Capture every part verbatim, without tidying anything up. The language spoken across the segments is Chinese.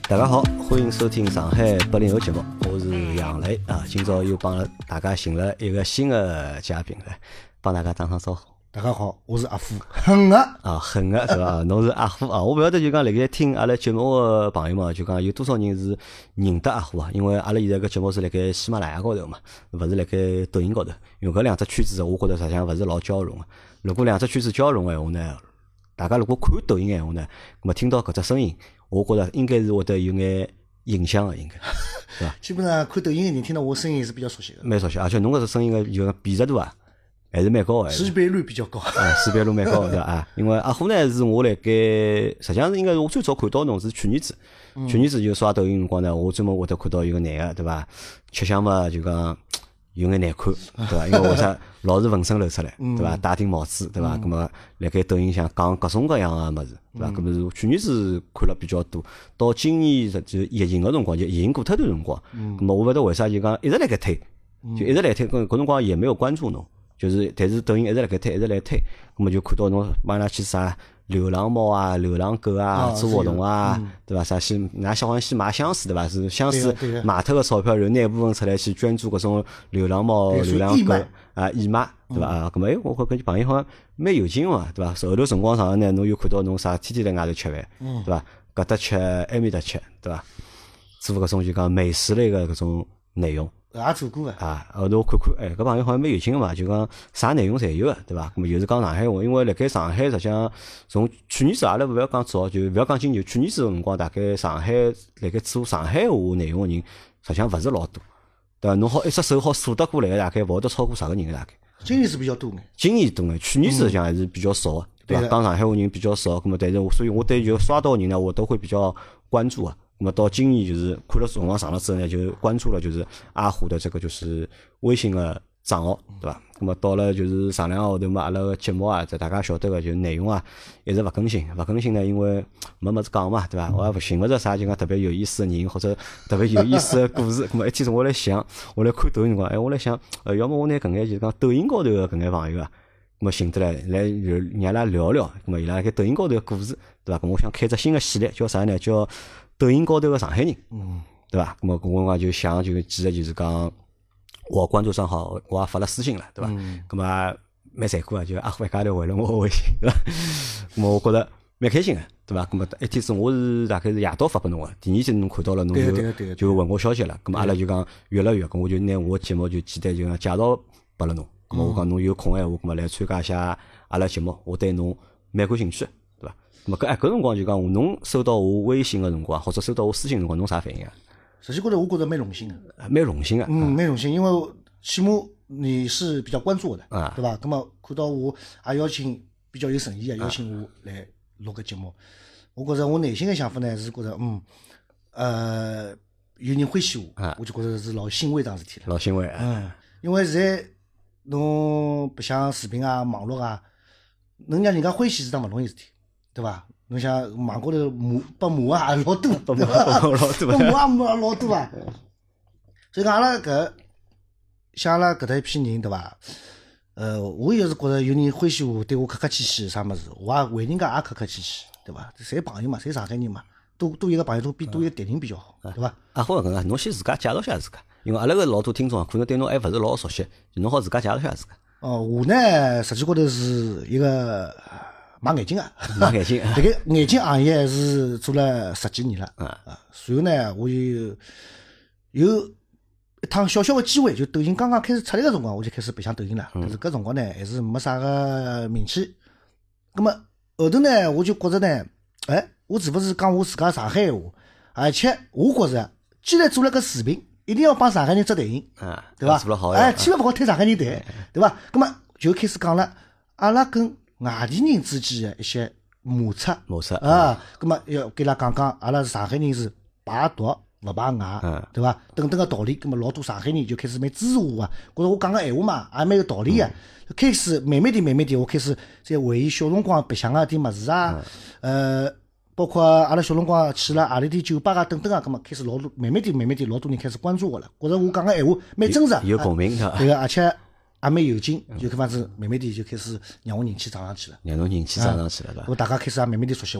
大家好，欢迎收听上海八零后节目，我是杨磊啊。今朝又帮大家寻了一个新的嘉宾来帮大家打声招呼。 大家好，我是阿虎，狠个啊，狠个是吧？侬是阿虎啊，我勿晓得就讲辣盖听阿拉节目的朋友们，就讲有多少人是认得阿虎啊？因为阿拉现在个节目是辣盖喜马拉雅高头嘛，勿是辣盖抖音高头。因为搿两只圈子，我觉得实际上勿是老交融个。如果两只圈子交融个闲话呢，大家如果看抖音闲话呢，那么听到搿只声音，我觉着应该是会得有眼影响个，应该是吧？ 基本上看抖音的人听到我声音是比较熟悉的， 蛮熟悉，而且侬搿只声音个就讲辨识度啊，还是蛮高个， 识别率比较高。 啊，识别率蛮高个对伐？啊，因为阿虎呢是我辣盖，实际上是应该是我最早看到侬是去年子，嗯、去年子就刷抖音辰光呢，我专门会得看到有个男个对伐？吃相嘛就讲有眼难看，对伐？因为为啥老是纹身露出来，对伐？戴顶帽子，对伐？咁么辣盖抖音上讲各种各样个物事，对伐？咁么是去年子看了比较多，到今年就疫情个辰光，就疫情过脱段辰光，咁么我勿晓得为啥就讲一直辣盖推，就一直辣推，搿搿辰光也没有关注侬，就是但是抖音一直辣盖推，一直辣推，咁么就看到侬帮伊拉去啥流浪猫啊、流浪狗啊做活动啊，对伐？啥去㑚喜欢去买相思，对伐？是相思买脱个钞票，然后拿一部分出来去捐助搿种流浪猫、流浪狗啊义卖，对伐？啊，咁么哎，我觉搿朋友好像蛮有劲嘛，对伐？后头辰光长呢，侬又看到侬啥天天辣外头吃饭，对伐？搿搭吃埃面搭吃，对伐？做搿种就讲美食类个搿种内容。 也做过个啊，后头看看，哎，搿朋友好像蛮有劲个嘛，就讲啥内容侪有个，对伐？咁么又是讲上海话，因为辣盖上海实际上从去年子阿拉勿要讲早，就勿要讲今年，去年子个辰光，大概上海辣盖做上海话内容个人，实际上勿是老多，对伐？侬好一只手好数得过来个，大概勿会得超过十个人个大概。 今年是比较多眼， 今年多眼，去年子实际上还是比较少个，对伐？讲上海话人比较少，咁么但是我所以我对就刷到个人呢，我都会比较关注啊。那么到今年就是看了辰光长了之后呢，就关注了就是阿虎的这个就是微信的账号，对吧？那么到了就是上两个号头嘛，阿拉个节目啊，在大家晓得个就内容啊，一直勿更新，勿更新呢，因为没么子讲嘛，对吧？我也勿寻勿着啥就讲特别有意思的人或者特别有意思的故事。那么一天子我来想，我来看抖音辰光，哎，我来想，呃，要么我拿搿眼就是讲抖音高头个搿眼朋友啊。咁么寻得来来让伊拉聊聊，咁么伊拉盖抖音高头个故事，对伐？咁我想开只新个系列，叫啥呢？叫抖音高头个上海人，嗯，对伐？咁么我讲就想就记得就是讲我关注账号，我也发了私信了，对伐？咁么蛮残酷啊，就阿虎一家头回了我微信，对伐？咁么我觉得蛮开心个，对伐？咁么一天子我是大概是夜到发拨侬个，第二天侬看到了，侬就就问我消息了，咁么阿拉就讲约了约，咁我就拿我节目就简单就讲介绍拨了侬。咁么我讲侬有空闲话，咁么来参加一下阿拉节目，我对侬蛮感兴趣，对伐？咁么搿哎搿辰光就讲侬收到我微信个辰光，或者收到我私信辰光，侬啥反应啊？ 实际高头我觉着蛮荣幸个， 蛮荣幸个， 嗯，蛮荣幸，因为起码你是比较关注我的，啊，对伐？咁么看到我也邀请比较有诚意个邀请我来录个节目，我觉着我内心个想法呢是觉着嗯呃有人欢喜我，我就觉着是老欣慰桩事体了， 老欣慰， 嗯，因为现在。侬白相视频啊、网络啊，能让人家欢喜是桩勿容易事体，对伐？侬像网高头骂拨骂也老多，对伐？ 老多， 拨骂也骂老多啊。所以讲阿拉搿像阿拉搿搭一批人，对伐？呃，我要是觉着有人欢喜我，对我客客气气啥物事，我也为人家也客客气气，对伐？侪朋友嘛，侪上海人嘛，多多一个朋友都比多一个敌人比较好，对伐？ 啊，好搿个，侬先自家介绍下自家。因为阿拉个老多听众可能对侬还勿是老熟悉，就侬好自家介绍下自家。 哦，我呢实际高头是一个卖眼镜个， 卖眼镜。 这个眼镜行业是做了十几年了啊。随后呢，我有有一趟小小的机会，就抖音刚刚开始出来个辰光，我就开始白相抖音了。但是搿辰光呢，还是没啥个名气。那么后头呢，我就觉着呢，哎，我是勿是讲我自家上海话，而且我觉着既然做了个视频。一定要帮上海人做对应， 啊， 对伐？ 做了好哎，千万勿好推上海人台，对伐？咁么就开始讲了，阿拉跟外地人之间的一些摩擦， 摩擦啊，咁么要给伊拉讲讲，阿拉上海人是排毒勿排外，对伐？等等个道理，咁么老多上海人就开始蛮支持我啊，觉着我讲个闲话嘛，也蛮有道理个。开始慢慢点、慢慢点，我开始在回忆小辰光白相个点物事啊，呃。包括阿拉小辰光去了何里点酒吧啊等等啊，咁么开始老多慢慢点慢慢点老多人开始关注我了，觉着我讲个闲话蛮真实， 有共鸣的， 对个，而且也蛮有劲，就搿样子慢慢点就开始让我人气涨上去了， 让侬人气涨上去了，对伐？ 我大家开始也慢慢点熟悉我了，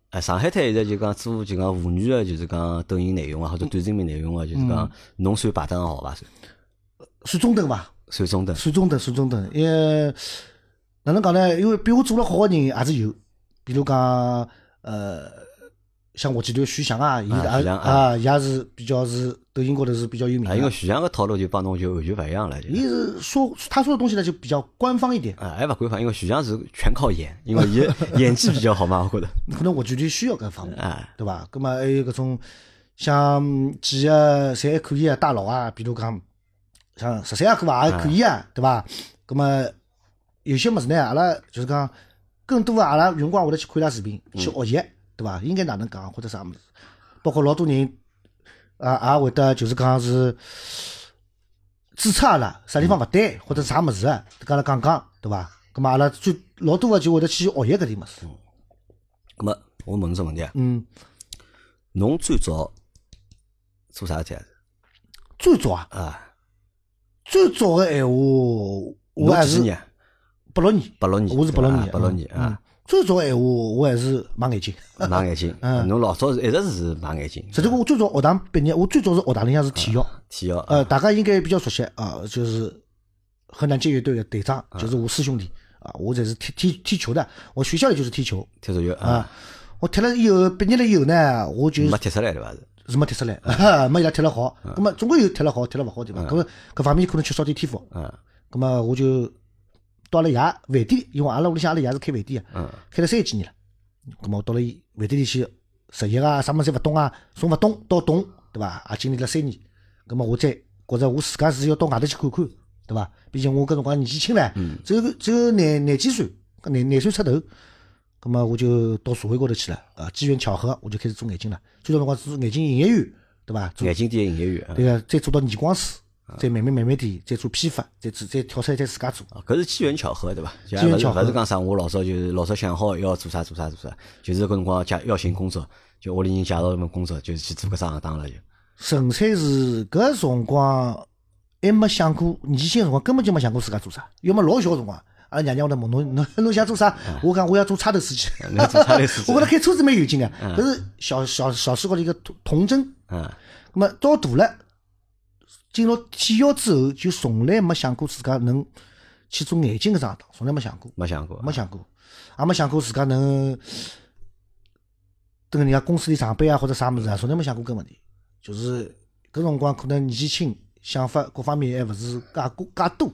哎，上海滩现在就讲做就讲妇女个，就是讲抖音内容啊，或者短视频内容啊，就是讲侬算排得好伐？算算中等伐？ 算中等， 算中等，算中等。因为哪能讲呢？因为比我做了好个人也是有，比如讲呃，像我记得徐翔啊，伊也啊也是比较是抖音高头是比较有名的。 因为徐翔个套路就帮侬就完全勿一样了。 伊是说他说的东西呢就比较官方一点。 啊，还勿官方，因为徐翔是全靠演，因为伊演技比较好嘛，我觉得。 可能我具体需要搿方面， 啊， 对伐？葛末还有搿种像几个侪还可以啊，大佬啊，比如讲。像十三阿哥啊，也可以啊，对伐？咁么有些物事呢，阿拉就是讲，更多阿拉用光会得去看伊拉视频，去学习，对伐？应该哪能讲或者啥物事，包括老多人啊，也会得就是讲是指出阿拉啥地方勿对，或者啥物事，跟阿拉讲讲，对伐？咁么阿拉最老多个就会得去学习搿点物事。 咁么我问只问题啊， 嗯， 侬最早做啥事体啊？ 最早啊？ 啊。 最早个闲话，我还是八六年， 八六年， 我是八六年， 八六年啊。 最早闲话，我还是买眼镜， 买眼镜。嗯，侬老早是一直是买眼镜。 实际我最早学堂毕业，我最早是学堂里向是体校， 体校。 呃，大家应该比较熟悉啊，就是河南建乐队的队长，就是我师兄弟啊，我才是踢踢踢球的，我学校里就是踢球， 踢足球啊。我踢了以后，毕业了以后呢，我就没踢出来对伐？ 是没踢出来，没伊拉踢了好。咁么总归有踢了好，踢了勿好对伐？咁么搿方面可能缺少点天赋。嗯。咁么我就到了爷饭店，因为阿拉屋里向阿拉爷是开饭店个，嗯，开了三几年了。咁么我到了饭店里去实习啊，啥物事侪勿懂啊，从勿懂到懂，对伐？也经历了三年。咁么我再觉着我自家是要到外头去看看，对伐？毕竟我搿辰光年纪轻唻，只有只有廿廿几岁，廿廿岁出头。咁么我就到社会高头去了，啊，机缘巧合，我就开始做眼镜了。最早辰光做眼镜营业员，对伐？ 眼镜店营业员， 对个，再做到验光师，再慢慢慢慢地再做批发，再做再跳出来再自家做。 搿是机缘巧合，对伐？ 机缘巧合， 勿是讲啥我老早就是老早想好要做啥做啥做啥，就是搿辰光介要寻工作，就屋里人介绍什么工作，就是去做搿只行当了就。 纯粹是搿辰光还没想过，年轻辰光根本就没想过自家做啥，要么老小辰光。阿拉娘娘会得问侬，侬侬想做啥？我讲我要做插头司机。 做插头司机。 我觉得开车子蛮有劲个，搿是小小小时候的一个童真。嗯。那么到大了，进入体校之后，就从来没想过自家能去做眼镜搿桩行当，从来没想过。 没想过。 没想过，也没想过自家能跟人家公司里上班啊，或者啥物事啊，从来没想过搿问题。就是搿辰光可能年纪轻，想法各方面还勿是介介多。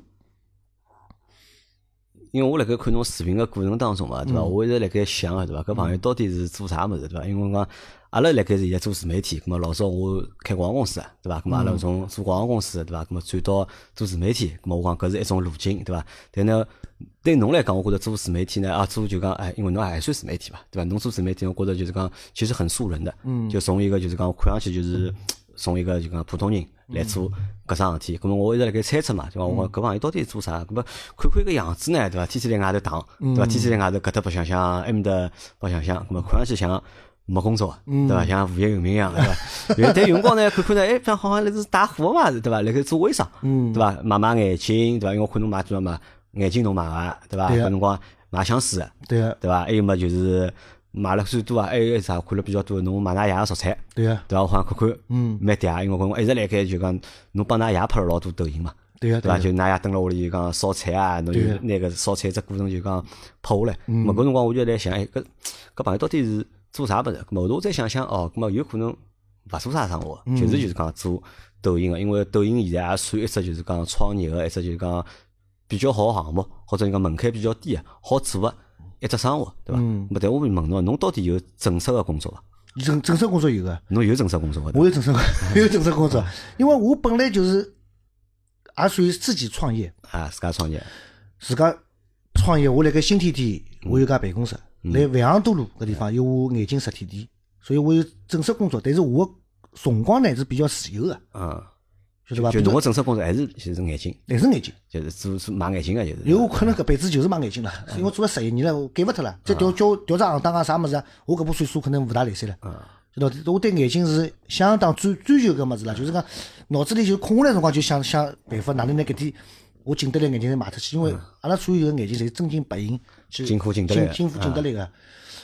因为我辣盖看侬视频个过程当中嘛，对伐？我一直辣盖想个，对伐？搿朋友到底是做啥物事，对伐？因为我讲阿拉辣盖现在做自媒体，咁么老早我开广告公司，对伐？咁么阿拉从做广告公司，对伐？咁么转到做自媒体，咁么我讲搿是一种路径，对伐？但呢，对侬来讲，我觉得做自媒体呢，啊，做就讲，哎，因为侬还算自媒体吧，对伐？侬做自媒体，我觉得就是讲，其实很素人的，嗯，就从一个就是讲看上去就是。从一个就讲普通人来做搿桩事体，咁么我一直辣盖猜测嘛，对伐？我讲搿朋友到底做啥？咁么看看个样子呢，对伐？天天辣外头打，对伐？天天辣外头搿搭白相相，埃面搭白相相，咁么看上去像没工作，对伐？像无业游民一样，对伐？但但有辰光呢，看看呢，哎，像好像是带货嘛，对伐？辣盖做微商，对伐？买买眼镜，对伐？因为我看侬买主要买眼镜侬买个，对伐？搿辰光买相思， 对个， 对伐？还有么就是。买了最多啊，还有啥看了比较多？侬买㑚爷个食材， 对个， 对伐？我好像看看，嗯，蛮嗲，因为我一直辣盖就讲，侬帮㑚爷拍了老多抖音嘛， 对个， 对伐？就㑚爷蹲辣屋里就讲烧菜啊，侬就拿个烧菜只过程就讲拍下来。嗯，搿辰光我就来想，哎，搿搿朋友到底是做啥物事？后头我再想想，哦，搿么有可能勿做啥生活，确实就是讲做抖音个，因为抖音现在也算一只就是讲创业个一只就是讲比较好个项目，或者讲门槛比较低个，好做个。一只生活，对伐？嗯。但我问侬，侬到底有正式个工作伐？ 正正式工作有个。 侬有正式工作伐？ 我有正式，有正式工作。因为我本来就是也属于自己创业。 啊，自家创业。 自家创业，我辣盖新天地，我有家办公室，辣万航多路搿地方有我眼镜实体店，所以我有正式工作。但是我辰光呢是比较自由个。嗯。晓得伐？ 就侬个正式工作还是就是眼镜， 还是眼镜， 就是做做买眼镜个，就是。 有可能搿辈子就是买眼镜了，因为做了十一年了，我改勿脱了。再调叫调只行当啊啥物事啊，我搿把岁数可能勿大来三了。晓得伐？我对眼镜是相当追追求搿物事了，就是讲脑子里就空下来辰光就想想办法哪能拿搿点我进得来眼镜再卖脱去，因为阿拉所有个眼镜侪是真金白银去进货进得来， 进货进得来个。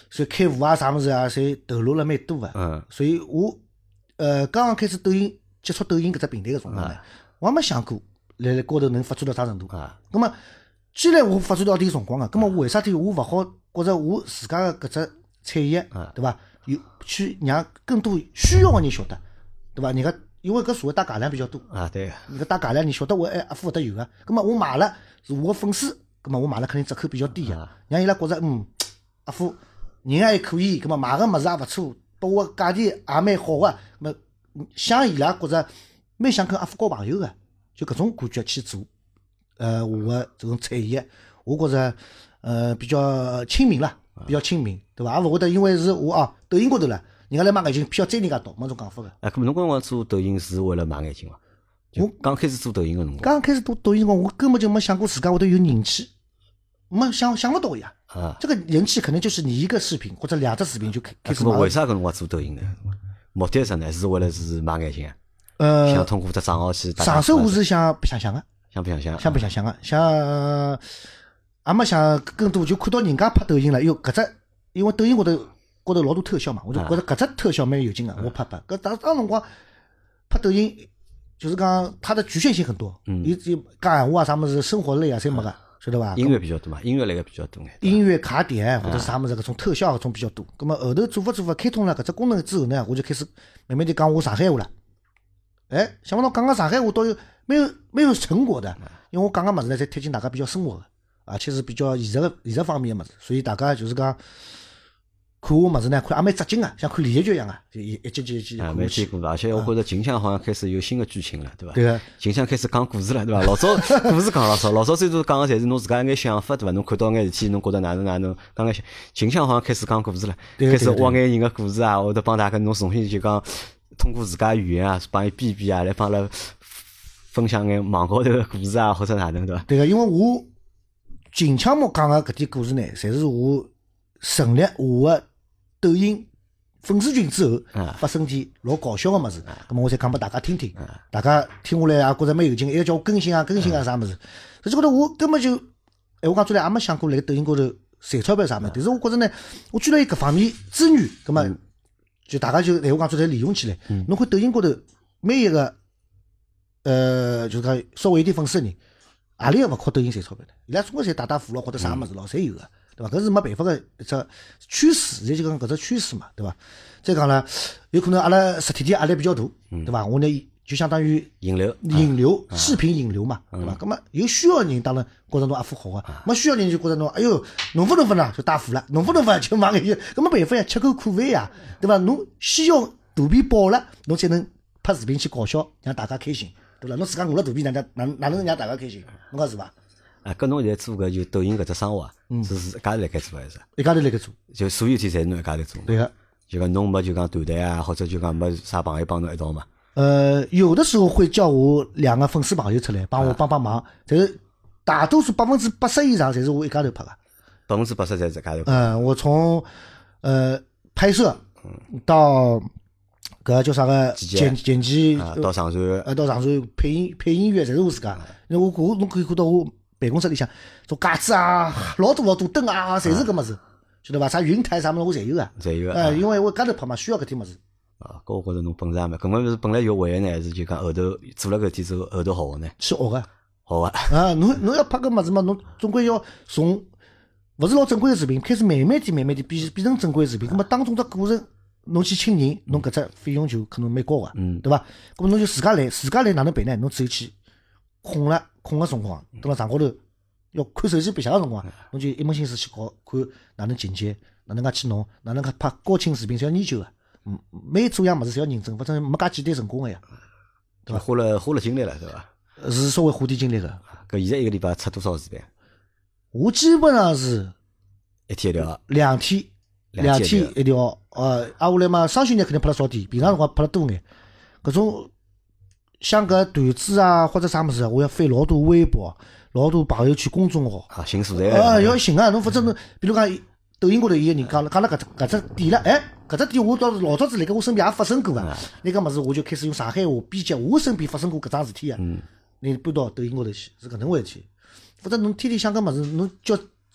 所以开户啊啥物事啊，侪投入了蛮多个。 嗯。 所以我呃刚刚开始抖音接触抖音搿只平台个辰光呢，我也没想过来来高头能发展到啥程度。啊。咁么，既然我发展到搿辰光个，咁么为啥体我勿好觉着我自家个搿只产业，对伐？有去让更多需要个人晓得，对伐？人家因为搿社会打假量比较多啊，对， 人家打假量，你晓得我哎阿夫会得有个，咁么我买了是我个粉丝，咁么我买了肯定折扣比较低个，让伊拉觉着嗯阿夫人还可以，咁么买个物事也勿错，拨我价钿也蛮好个，咁么想伊拉觉着蛮想跟阿夫交朋友个，就搿种感觉去做，呃我个这种产业，我觉着呃比较亲民啦。比较亲民，对伐？也勿会得因为是我啊，抖音高头了，人家来买眼镜，偏要追人家到，没种讲法个。 哎，搿么侬辰光做抖音是为了买眼镜伐？我刚开始做抖音个辰光， 刚刚开始做抖音辰光，我根本就没想过自家会得有人气，没想想不到呀。啊，这个人气可能就是你一个视频或者两只视频就开开始买。 那么为啥搿辰光做抖音呢？目的是啥呢？是为了是买眼镜啊？ 呃， 想通过只账号去。 上手我是想白相相个， 想白相相， 想白相相个，想。也没想更多，就看到人家拍抖音了，哟，搿只因为抖音高头高头老多特效嘛，我就觉着搿只特效蛮有劲个，我拍拍。搿当当辰光拍抖音，就是讲它的局限性很多，伊伊讲闲话啊啥物事，生活类啊侪没个，晓得伐？ 音乐比较多嘛，音乐类个比较多眼。 音乐卡点或者啥物事搿种特效搿种比较多。葛末后头做法做法开通了搿只功能之后呢，我就开始慢慢地讲我上海话了。哎，想不到讲讲上海话倒有蛮有蛮有成果的，因为我讲个物事呢，侪贴近大家比较生活个。而且是比较现实个现实方面个物事，所以大家就是讲看我物事呢，看也蛮扎劲个，像看连续剧一样个，就一一集集一集看蛮结果的。而且我觉着近腔好像开始有新的剧情了，对伐？ 对个， 近腔开始讲故事了，对伐？老早故事讲老少，老早最多讲个侪是侬自家一眼想法，对伐？侬看到眼事体，侬觉着哪能哪能，讲眼近腔好像开始讲故事了，开始挖眼人个故事啊，或者帮大家侬重新就讲通过自家语言啊，帮伊编编啊，来帮阿拉分享眼网高头个故事啊，或者哪能，对伐？ 对个，因为我。近腔目讲个搿点故事呢，侪是我成立我个抖音粉丝群之后发生点老搞笑个物事，咁么我才讲拨大家听听，大家听下来也觉着蛮有劲，还要叫我更新啊更新啊啥物事。实际高头我根本就，哎我讲出来也没想过辣抖音高头赚钞票啥物事，但是我觉着呢，我居然有搿方面资源，咁么就大家就哎我讲出来利用起来。侬看抖音高头每一个，呃，就是讲稍微有点粉丝个人。何里个勿靠抖音赚钞票呢？伊拉总归侪打打扶牢或者啥物事咯，侪有个，对伐？搿是没办法个一只趋势，现在就讲搿只趋势嘛，对伐？再讲了，有可能阿拉实体店压力比较大，对伐？我呢就相当于引流， 引流，视频引流嘛，对伐？葛末有需要人当然觉着侬阿夫好个，没需要人就觉着侬，哎哟，弄勿弄勿呢就打扶了，弄勿弄勿就买眼镜，搿没办法呀，吃口苦饭呀，对伐？侬先要肚皮饱了，侬才能拍视频去搞笑，让大家开心。对伐？侬自家饿了肚皮，哪能哪哪能让大家开心？侬讲是伐？ 啊，搿侬现在做个就抖音搿只生活啊，是是一家头辣盖做还是？ 一家头辣盖做， 就所有事体侪侬一家头做。 对个， 就讲侬没就讲团队啊，或者就讲没啥朋友帮侬一道嘛。 呃，有的时候会叫我两个粉丝朋友出来帮我帮帮忙，但是大多数百分之八十以上侪是我一家头拍个。 百分之八十侪是一家头拍。 嗯，我从呃拍摄到。搿叫啥个剪剪辑， 啊、到上传， 呃，到上传配音配音乐，侪是我自家。因为我我侬可以看到我办公室里向，种架子啊，老多老多灯啊，侪是搿物事，晓得伐？啥云台啥物事我侪有个， 侪有个。 呃，因为我家头拍嘛，需要搿点物事。 啊，搿我觉着侬本事也蛮，搿么是本来就会个呢，还是就讲后头做了搿点之后后头学个呢？ 去学个， 学个。 啊，侬侬要拍搿物事嘛，侬总归要从勿是老正规个视频，开始慢慢点慢慢点变变成正规视频，搿么当中只过程。侬去请人，侬搿只费用就可能蛮高个，嗯，对伐？搿么侬就自家来，自家来哪能办呢？侬只有去空了空个辰光，蹲辣床高头要看手机白相个辰光，侬就一门心思去搞，看哪能剪接，哪能介去弄，哪能介拍高清视频是要研究个，嗯，每做样物事是要认真，反正没介简单成功个呀， 对伐？花了花了精力了，对伐？ 是稍微花点精力个。 搿现在一个礼拜出多少视频？ 我基本上是一天一条， 两天。两天一条，呃，挨下来嘛，双休日肯定拍了少点，平常辰光拍了多眼。搿种像搿段子啊，或者啥物事，我要翻老多微博，老多朋友圈公众号。 啊，寻素材啊，要寻啊，侬否则侬，比如讲抖音高头有个人讲了讲了搿只搿只点了，哎，搿只点我倒是老早子辣盖我身边也发生过个。那个物事我就开始用上海话编辑，我身边发生过搿桩事体啊。嗯。你搬到抖音高头去，是搿能回事体。否则侬天天想搿物事，侬叫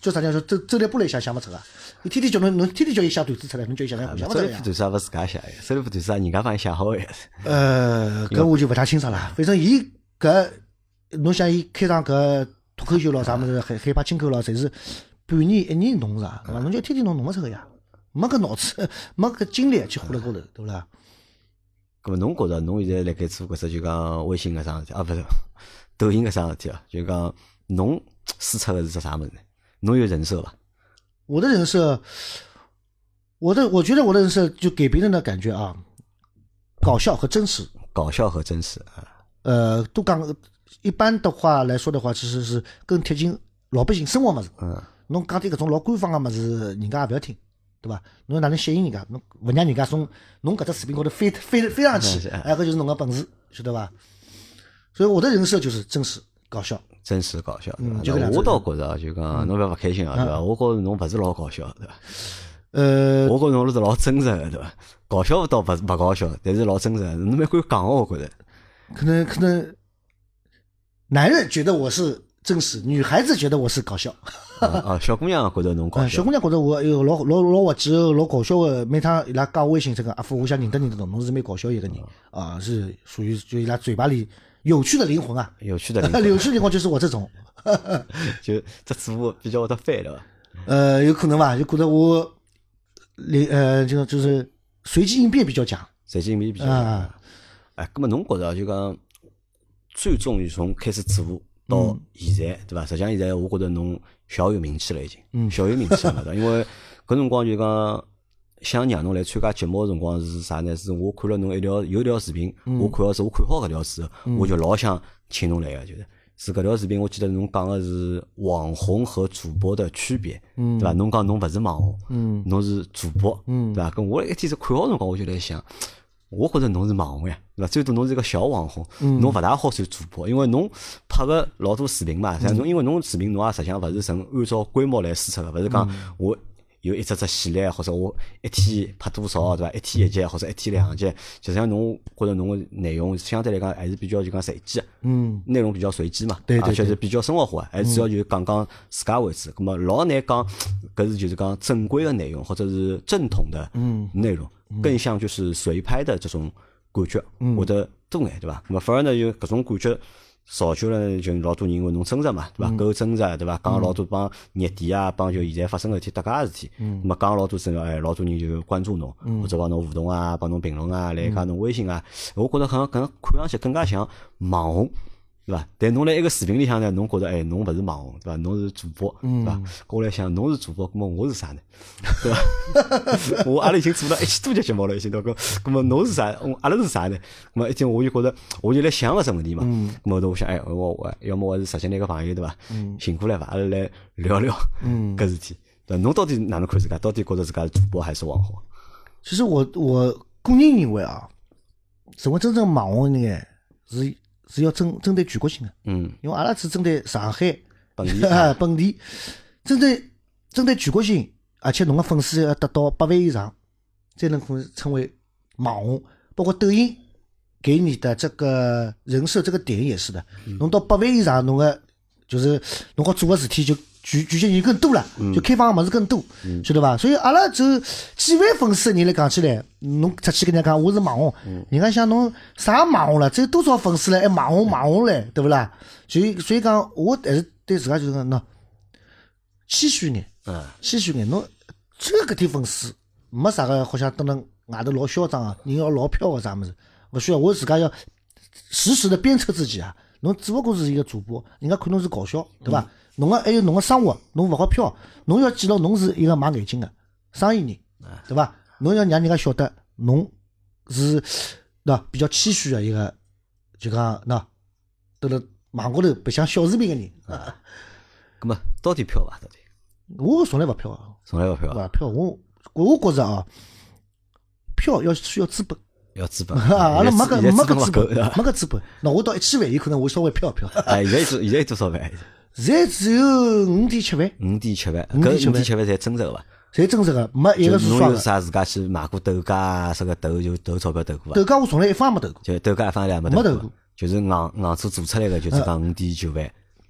叫啥叫周周立波来想想勿出啊？伊天天叫侬侬天天叫伊写段子出来，侬叫伊想想想勿出来呀？ 周立波段子也勿自家写个，周立波段子人家帮伊写好个。 呃，搿我就勿太清爽了。反正伊搿侬想伊开场搿脱口秀咯啥物事，海海派清口咯，侪是半年一年弄啥，对伐？侬就天天弄弄勿出个呀，没搿脑子，没搿精力去花辣高头，对勿啦？ 咁么侬觉着侬现在辣盖做搿只就讲微信搿桩事体啊，勿是抖音搿桩事体啊，就讲侬输出个是只啥物事呢？侬有人设伐？ 我的人设，我的我觉得我的人设就给别人的感觉啊，搞笑和真实。 搞笑和真实啊。 呃，都讲一般的话来说的话，其实是更贴近老百姓生活物事。 嗯。 侬讲点搿种老官方个物事，人家也勿要听，对伐？侬哪能吸引人家？侬勿让人家从侬搿只视频高头飞飞飞上去，哎，搿就是侬个本事，晓得伐？所以我的人设就是真实搞笑。 真实搞笑， 嗯， 我倒觉着就讲侬勿要勿开心啊，对伐？我觉着侬勿是老搞笑，对伐？ 呃， 我觉着侬是老真实个，对伐？搞笑倒勿勿搞笑，但是老真实，侬蛮会讲个，我觉着。 可能可能，男人觉得我是真实，女孩子觉得我是搞笑。 啊, 啊，小姑娘觉得侬搞笑， 小姑娘觉得我有老老老滑稽、老搞笑的。每趟伊拉加微信，这个阿夫，我想认得认得侬，侬是蛮搞笑一个人啊，是属于就伊拉嘴巴里有趣的灵魂啊， 有趣的灵魂， 有趣的灵魂就是我这种， 就这字幕比较会得翻的吧？ 呃，有可能吧，就觉得我，呃，就就是随机应变比较强， 随机应变比较强。啊、哎，那么侬觉得就讲最终于从开始做到现在，嗯、对吧？实际上现在我觉得侬小有名气了，已经，嗯，小有名气了，因为搿辰光就讲想让侬来参加节目个辰光是啥呢？是我看了侬一条有一条视频，嗯、我看好是我看好搿条视，嗯、我就老想请侬来个，就是是搿条视频，我记得侬讲个是网红和主播的区别，嗯、对伐？侬讲侬勿是网红，嗯，侬是主播，嗯，对伐？搿我一天是看好辰光，我就来想。我觉着侬是网红呀，对伐？最多侬是一个小网红，侬勿大好算主播，因为侬拍个老多视频嘛，像侬因为侬视频侬也实际上勿是成按照规模来输出个，勿是讲我有一只只系列，或者我一天拍多少，对伐？一天一集或者一天两集，实际上侬觉着侬个内容相对来讲还是比较就讲随机，嗯，内容比较随机嘛， 对对对， 而且是比较生活化，还主要就是讲讲自家为主，咁么老难讲，搿是就是讲正规的内容或者是正统的内容。更像就是随拍的这种感觉，会得多眼，对伐？那么反而呢，就搿种感觉造就了就老多人因为侬真实嘛，对伐？够真实，对伐？讲老多帮热点啊，帮就现在发生个事体搭界个事体，那么讲老多真实，哎，老多人就关注侬，或者帮侬互动啊，帮侬评论啊，来加侬微信啊，我觉得好像可能看上去更加像网红。对伐？但侬辣一个视频里向呢，侬觉得哎，侬勿是网红，对伐？侬是主播，对伐？我来想，侬是主播，那么我是啥呢？对伐？我阿拉已经做了一千多集节目了，已经到搿，那么侬是啥？阿拉是啥呢？那么一天我就觉得，我就来想搿只问题嘛。嗯。那么我想，哎，我我要么我是实习那个朋友，对伐？嗯。寻过来伐？阿拉来聊聊，嗯，搿事体。对，侬到底哪能看自家？到底觉得自家是主播还是网红？ 其实我我个人认为啊，成为真正网红的人是。是要针针对全国性的，嗯，因为阿拉是针对上海本地本地，针对针对全国性，而且侬个粉丝要达到八万以上，才能够成为网红。包括抖音给你的这个人设这个点也是的，侬到八万以上，侬个就是侬个做个事体就局局限性更多了，就开放个物事更多，晓得伐？所以阿拉就几万粉丝的人来讲起来，侬出去跟人家讲我是网红，人家想侬啥网红了？只有多少粉丝了？还网红网红嘞，对不啦？所以所以讲，我还是对自家就是讲喏，谦虚眼，谦虚眼，侬只有搿点粉丝，没啥个好像蹲辣外头老嚣张啊，人要老飘个啥物事，勿需要。我自家要时时的鞭策自己啊。侬只不过是一个主播，人家看侬是搞笑，对伐？侬个还有侬个生活，侬勿好飘，侬要记牢侬是一个卖眼镜个生意人，对伐？侬要让人家晓得侬是喏比较谦虚个一个，就讲喏，到了网高头白相小视频个人。啊， 咁么到底飘伐？到底？ 我从来勿飘， 从来勿飘， 勿飘。我我觉着啊，飘要需要资本。 要资本， 阿拉没个没个资本，没个资本。那我到一千万，有可能我稍微飘飘。 哎，现在现在多少万？ 现在只有五点七万。 五点七万，搿五点七万侪真实个伐？ 侪真实个，没一个是双。侬有啥自家去买过豆家啊？啥个豆就投钞票投过伐？ 豆家我从来一分也没投过。 就豆家一分也没没投过， 就是硬硬车做出来个，就是讲五点九万。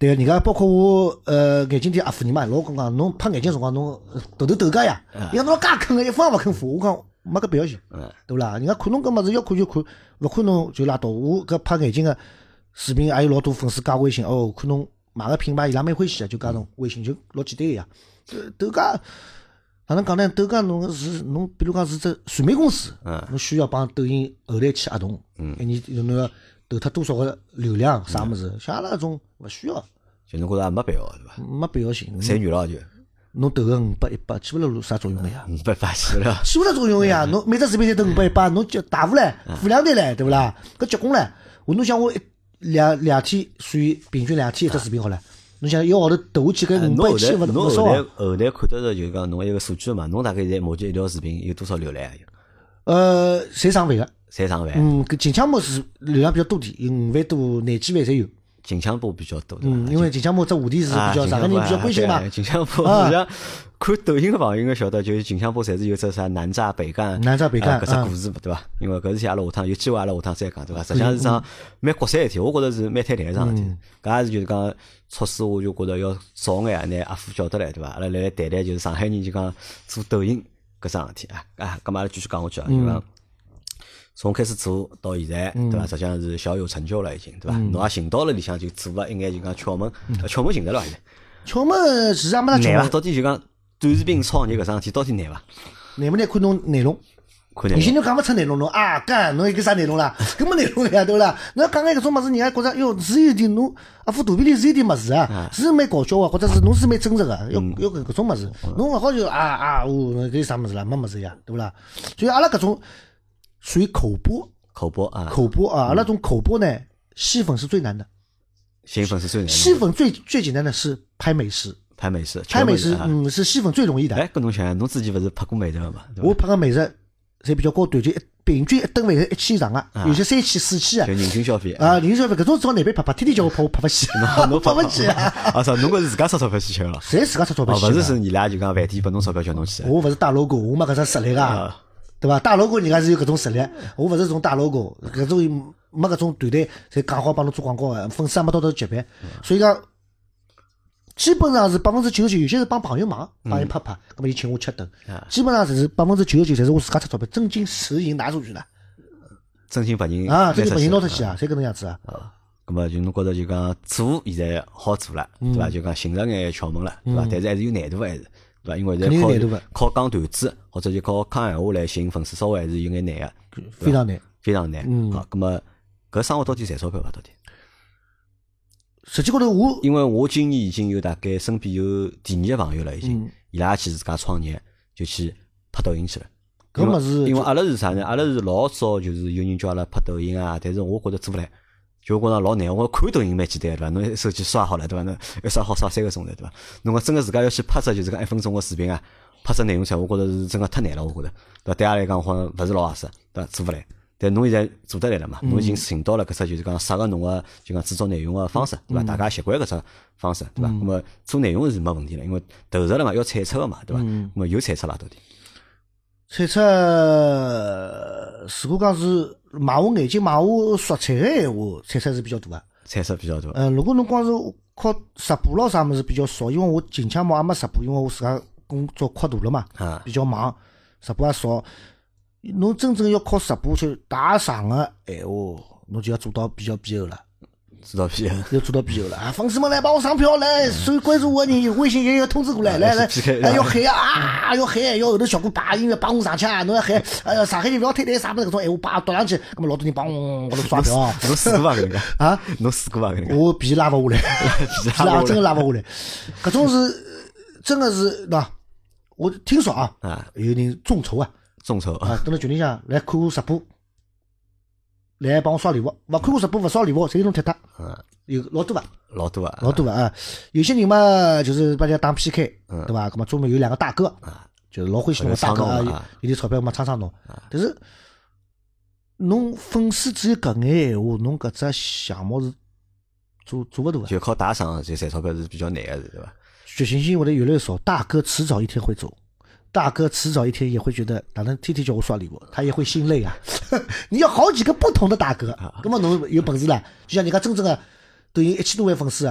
对个，人家包括我呃眼镜店阿夫人嘛，老公讲侬拍眼镜辰光侬头头抖个呀，伊讲侬介坑个一分也勿肯付，我讲没搿必要性，对勿啦？人家看侬搿物事要看就看，勿看侬就拉倒。我搿拍眼镜个视频也有老多粉丝加微信，哦，看侬买个品牌伊拉蛮欢喜个，就加侬微信就老简单个呀。抖价哪能讲呢？抖价侬是侬比如讲是只传媒公司，侬需要帮抖音后台签合同，一年侬要投脱多少个流量啥物事，像阿拉搿种勿需要。 就侬觉着也没必要对伐？ 没必要性， 赚远了就。 侬投个五百一百，起勿了啥作用个呀？ 五百八起了， 起勿了作用个呀！侬每只视频侪投五百一百，侬就大户唻，付两台唻，对勿啦？搿结棍唻！我侬想我一两两天属于平均两天一只视频好了，侬想一个号头投下去搿五百一千勿勿少啊！ 后台看得着就是讲侬一个数据嘛，侬大概现在目前一条视频有多少流量啊？ 呃，侪上万个， 侪上万。 嗯，搿近腔模是流量比较多点，有五万多、廿几万侪有。 近腔部比较多， 嗯，因为近腔部这话题是比较上海人比较关心嘛。 近腔部实际上看抖音个朋友应该晓得，就是近腔部侪是有只啥南炸北干、 南炸北干搿只故事对伐？因为搿事体阿拉下趟有机会阿拉下趟再讲对伐？实际上是桩蛮国三事体，我觉着是蛮摊台桩事体。搿也是就是讲促使我就觉着要早眼拿阿虎叫得来对伐？阿拉来谈谈就是上海人就讲做抖音搿桩事体啊啊！搿么阿拉继续讲下去啊，就讲。从开始做到现在，对伐？实际上是小有成就了，已经，对伐？侬也寻到了里向就做了一眼就讲窍门，窍门寻得了现在。 窍门其实也没啥窍门。 难伐？到底就讲短视频创业搿桩事体到底难伐？ 难不难？看侬内容。有些人讲勿出内容，侬啊干，侬有个啥内容啦？根本内容呀，对勿啦？侬讲眼搿种物事，人家觉着哟是有点侬啊副图片里是有点物事啊，是蛮搞笑啊，或者是侬是蛮真实个，要要搿搿种物事，侬勿好就啊啊哦，搿有啥物事啦？没物事呀，对勿啦？所以阿拉搿种属于口播。 口播啊， 口播啊，那种口播呢，吸粉是最难的。 吸粉是最难的。 吸粉最最简单的是拍美食， 拍美食， 拍美食，嗯，是吸粉最容易的。 哎，搿侬想，侬自己勿是拍过美食嘛？ 我拍个美食侪比较高端，就一平均一顿饭是一千以上个，有些三千、四千啊。 就人均消费啊，人均消费搿种只好难办拍拍，天天叫我拍，我拍勿起， 侬拍勿起啊！ 啊，是侬搿是自家出钞票去吃了？ 侪自家出钞票去？ 勿是是伊拉就讲饭店拨侬钞票叫侬去。 我勿是大 logo，我没搿只实力个。对伐？大 logo 人家是有搿种实力，我勿是种大 logo， 搿种没搿种团队侪讲好帮侬做广告个，粉丝也没到头级别，所以讲基本上是百分之九十九，有些是帮朋友忙，帮伊拍拍，搿么伊请我吃顿，基本上侪是百分之九十九侪是我自家出钞票，真金实银拿出去的， 真金白银啊，真金白银拿出去啊，侪搿能样子啊。 咁么就侬觉着就讲做现在好做了，对伐？就讲寻着眼窍门了，对伐？但是还是有难度还是。对伐？因为在靠靠讲段子或者就靠讲闲话来吸引粉丝，稍微还是有眼难个， 非常难， 非常难。嗯，好，咁么搿生活到底赚钞票伐？到底？ 实际高头我， 因为我今年已经有大概身边有第二个朋友了，已经，伊拉去自家创业，就去拍抖音去了。 搿么是， 因为阿拉是啥呢？阿拉是老早就是有人叫阿拉拍抖音啊，但是我觉着做勿来。就我觉着老难，我看抖音蛮简单对伐？侬手机刷好了对伐？侬一刷好刷三个钟头对伐？侬讲真个自家要去拍只就是讲一分钟个视频啊，拍只内容出来，我觉着是真个太难了，我觉着对伐？对阿拉来讲好像勿是老合适，对伐？做勿来。但侬现在做得来了嘛？侬已经寻到了搿只就是讲适合侬个就讲制作内容个方式对伐？大家习惯搿只方式对伐？那么做内容是没问题了，因为投入了嘛，要产出个嘛对伐？那么有产出啦到底？ 产出如果讲是买我眼镜买我蔬菜个闲话，产出是比较大个。 产出比较大。 嗯，如果侬光是靠直播咯啥物事比较少，因为我近腔嘛也没直播，因为我自家工作扩大了嘛，啊、比较忙，直播也少。侬真正要靠直播去打赏个闲话，侬就要做到比较必后了。 做到必后， 要做到必后了啊！粉丝们来帮我上票，来，所有关注我的人，微信也要通知过来，来来，哎要喊啊，要喊，要后头小哥把音乐帮我上去啊！侬要喊，哎呀，上海人不要推推啥么子搿种闲话，把读上去，咁么老多人帮我我都刷票啊！ 侬试过伐？搿个啊？ 侬试过伐？搿个？ 我皮拉勿下来，皮拉真个拉勿下来。搿种是真个是喏，我听说啊，啊，有人众筹啊， 众筹啊，蹲辣群里向来看我直播。来帮我刷礼物，勿看我直播勿刷礼物，侪是侬踢脱。嗯，有老多伐？ 老多啊， 老多啊！有些人嘛，就是把人家打 P K，嗯、对伐？咁么专门有两个大哥，啊、就是老欢喜侬个大哥啊，有点钞票嘛，撑撑侬。但是侬粉丝只有搿眼闲话，侬搿只项目是做做勿大个。 就靠打赏就赚钞票是比较难个，对伐？ 决心心会得越来越少，大哥迟早一天会走。大哥迟早一天也会觉得，哪能天天叫我刷礼物，他也会心累啊。你要好几个不同的大哥，那么侬有本事了，就像人家真正的抖音一千多万粉丝啊，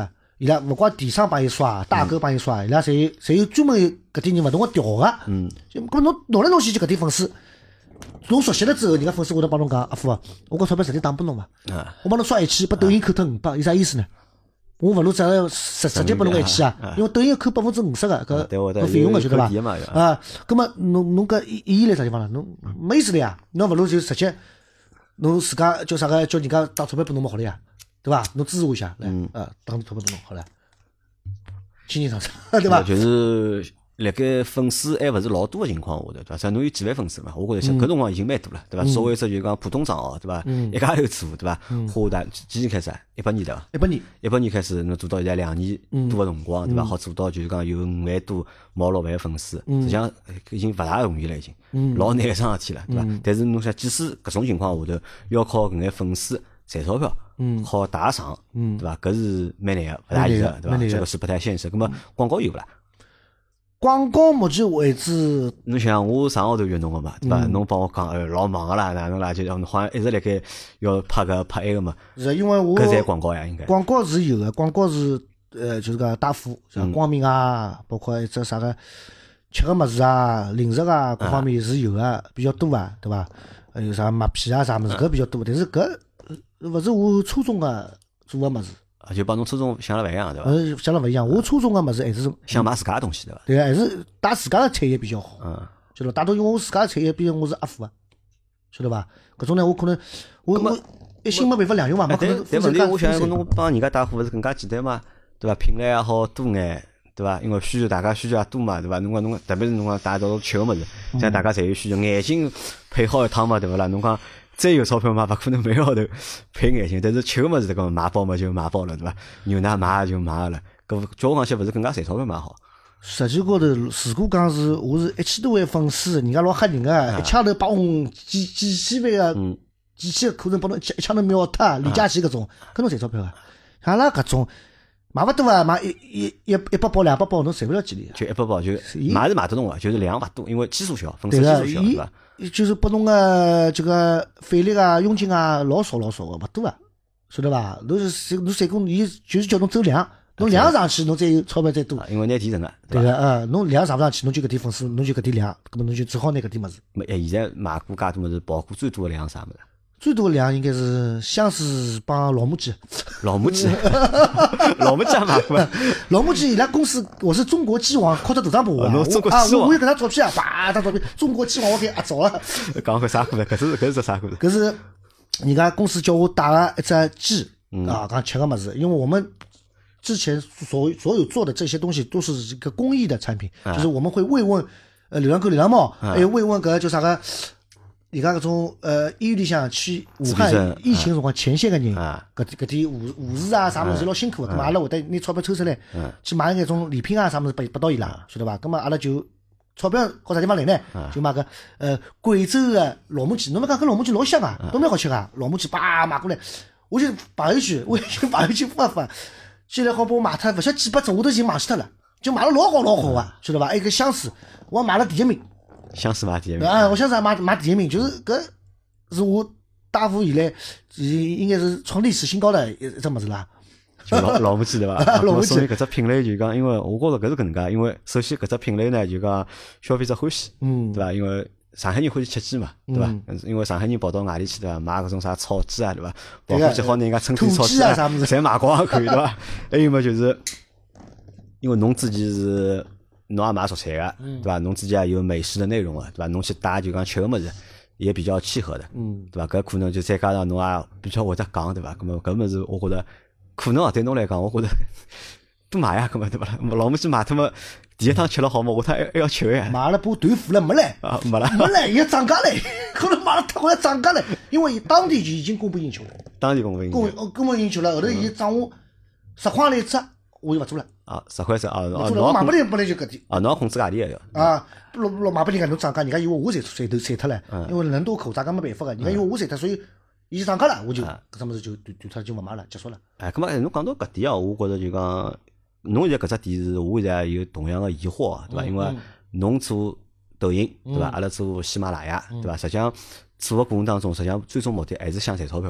伊拉勿管电商帮伊刷，大哥帮伊刷，伊拉侪有侪有专门有搿点人勿同个调个。嗯。就搿侬弄来弄去就搿点粉丝，侬熟悉了之后，人家粉丝会得帮侬讲，阿夫啊，我搿钞票直接打拨侬嘛。啊。我帮侬刷一千，拨抖音扣脱五百，有啥意思呢？我勿如直接直直接拨侬一千啊，因为抖音要扣百分之五十个搿搿费用个，晓得伐？啊，葛末侬侬搿意意义辣啥地方了？侬没意思了呀，侬勿如就直接侬自家叫啥个叫人家打钞票拨侬嘛好了呀，对伐？侬支持我一下，来，啊，打钞票拨侬好了，轻轻松松，对伐？ 就是辣盖粉丝还勿是老多个情况下头，对伐？像侬有几万粉丝嘛？我觉着像搿辰光已经蛮多了，对伐？作为一只就讲普通账号，对伐？一家头做，对伐？花大几年开始啊？一八年对伐？ 一八年， 一八年开始，侬做到现在两年多个辰光，对伐？好做到就是讲有五万多、毛六万粉丝，实际上已经勿大容易了，已经，老难一桩事体了，对伐？但是侬想，即使搿种情况下头，要靠搿眼粉丝赚钞票，靠打赏，对伐？搿是蛮难个，勿大现实，对伐？这个是不太现实。葛末广告有勿啦？ 广告目前为止， 侬想我上号头约侬个嘛，对伐？侬帮我讲，哎，老忙个啦，哪能啦？就好像一直辣盖要拍搿拍埃个嘛。 是因为我搿侪广告呀，应该。 广告是有个，广告是呃，就是讲大富，像光明啊，包括一只啥个吃个物事啊、零食啊，各方面是有个，比较多啊，对伐？还有啥麦片啊啥物事，搿比较多。但是搿勿是我初中个做个物事。 啊，就帮侬初中想了勿一样，对伐？ 呃，想了勿一样。我初中个物事还是想买自家个东西，对伐？ 对，还是带自家个产业比较好。嗯，晓得伐？带到因为我自家个产业，毕竟我是阿富啊，晓得伐？搿种呢，我可能我我一心没办法两用嘛，没可能。 但问题，我想侬帮人家带货勿是更加简单嘛，对伐？品类也好多眼，对伐？因为需求大家需求也多嘛，对伐？侬讲侬特别是侬讲带到吃个物事，像大家侪有需求，眼睛配好一趟嘛，对勿啦？侬讲。再有钞票嘛，勿可能每号头配眼镜，但是吃个物事这个买包嘛就买包了，对伐？牛奶买就买了，搿叫我讲些勿是更加赚钞票蛮好。 实际高头，如果讲是我是一千多万粉丝，人家老吓人个，一枪头把我几几千万个、几千个课程帮侬一一枪头秒脱，李佳琦搿种，搿侬赚钞票啊？阿拉搿种买勿多啊，买一一一一百包两百包，侬赚勿了几钿。 就一百包就买是买得动个，就是量勿多，因为基数小，粉丝基数小，对伐？ 就是拨侬个这个费力啊、佣金啊，老少老少个，勿多啊，晓得伐？侬是侬三公，伊就是叫侬走量，侬量上去，侬再有钞票再多。 因为拿提成个， 对个，呃，侬量上勿上去，侬就搿点粉丝，侬就搿点量，搿么侬就只好拿搿点物事。 没，现在买过介多物事，跑过最多个量啥物事？ 最多的量应该是相思帮老母鸡。 老母鸡，老母鸡也买过。 老母鸡伊拉公司，我是中国鸡王，靠着大张我啊！啊，我我有搿张照片啊，叭，张照片，中国鸡王我给压着了。 讲个啥故事？搿是搿是只啥故事？ 搿是人家公司叫我打了一只鸡啊，讲吃个物事，因为我们之前所所有做的这些东西都是一个公益的产品，就是我们会慰问呃流浪狗、流浪猫，还有慰问搿叫啥个。人家搿种呃医院里向去武汉疫情辰光前线个人，搿搿点护护士啊啥物事老辛苦个，咾么阿拉会得拿钞票抽出来，去买眼种礼品啊啥物事拨拨到伊拉，晓得伐？咾么阿拉就钞票靠啥地方来呢？就买个呃贵州个老母鸡，侬勿讲搿老母鸡老香啊，都蛮好吃个，老母鸡叭买过来，我就朋友圈，我就朋友圈发发，现在好把我买脱，勿晓得几百只，我都已经忘记脱了，就买了老好老好个，晓得伐？还有个相思，我买了第一名。 相思买第一名啊！我相思买买第一名，就是搿是我大富以来应该是创历史新高的一只物事啦。 就老老母鸡对伐？老母鸡。所以搿只品类就讲，因为我觉着搿是搿能介，因为首先搿只品类呢就讲消费者欢喜，嗯，对伐？因为上海人欢喜吃鸡嘛，对伐？因为上海人跑到外地去对伐？买搿种啥炒鸡啊，对伐？跑过去好拿人家春天炒鸡啊，侪买光也可以对伐？还有嘛就是，因为侬自己是。侬也买蔬菜个，对伐？侬自己也有美食的内容个，对伐？侬去带就讲吃个物事，也比较契合的，嗯，对伐？搿可能就再加上侬也比较会得讲，对伐？搿么搿物事，我觉着可能啊，对侬来讲，我觉着多买呀，搿么对伐？老母鸡买脱么，第一趟吃了好么，下趟还要吃个呀。 买了把断货了没唻？ 啊，没了， 没唻，要涨价唻，可能买了太快要涨价唻，因为当地就已经供不应求了。 当地供不应求。 供供不应求了，后头伊涨我十块来一只，我就勿做了。 啊，十块钱啊！ 啊，侬买不来，本来就搿点。 啊，侬要控制价钿个要。 啊，老老买拨人家侬涨价，人家以为我赚赚头赚脱了，因为人多口杂，搿没办法个，人家以为我赚脱，所以伊涨价了，我就搿只物事就断断脱就勿买了，结束了。 哎，搿么侬讲到搿点啊，我觉着就讲，侬现在搿只点是我现在有同样个疑惑，对伐？因为侬做抖音，对伐？阿拉做喜马拉雅，对伐？实际上做个过程当中，实际上最终目的还是想赚钞票。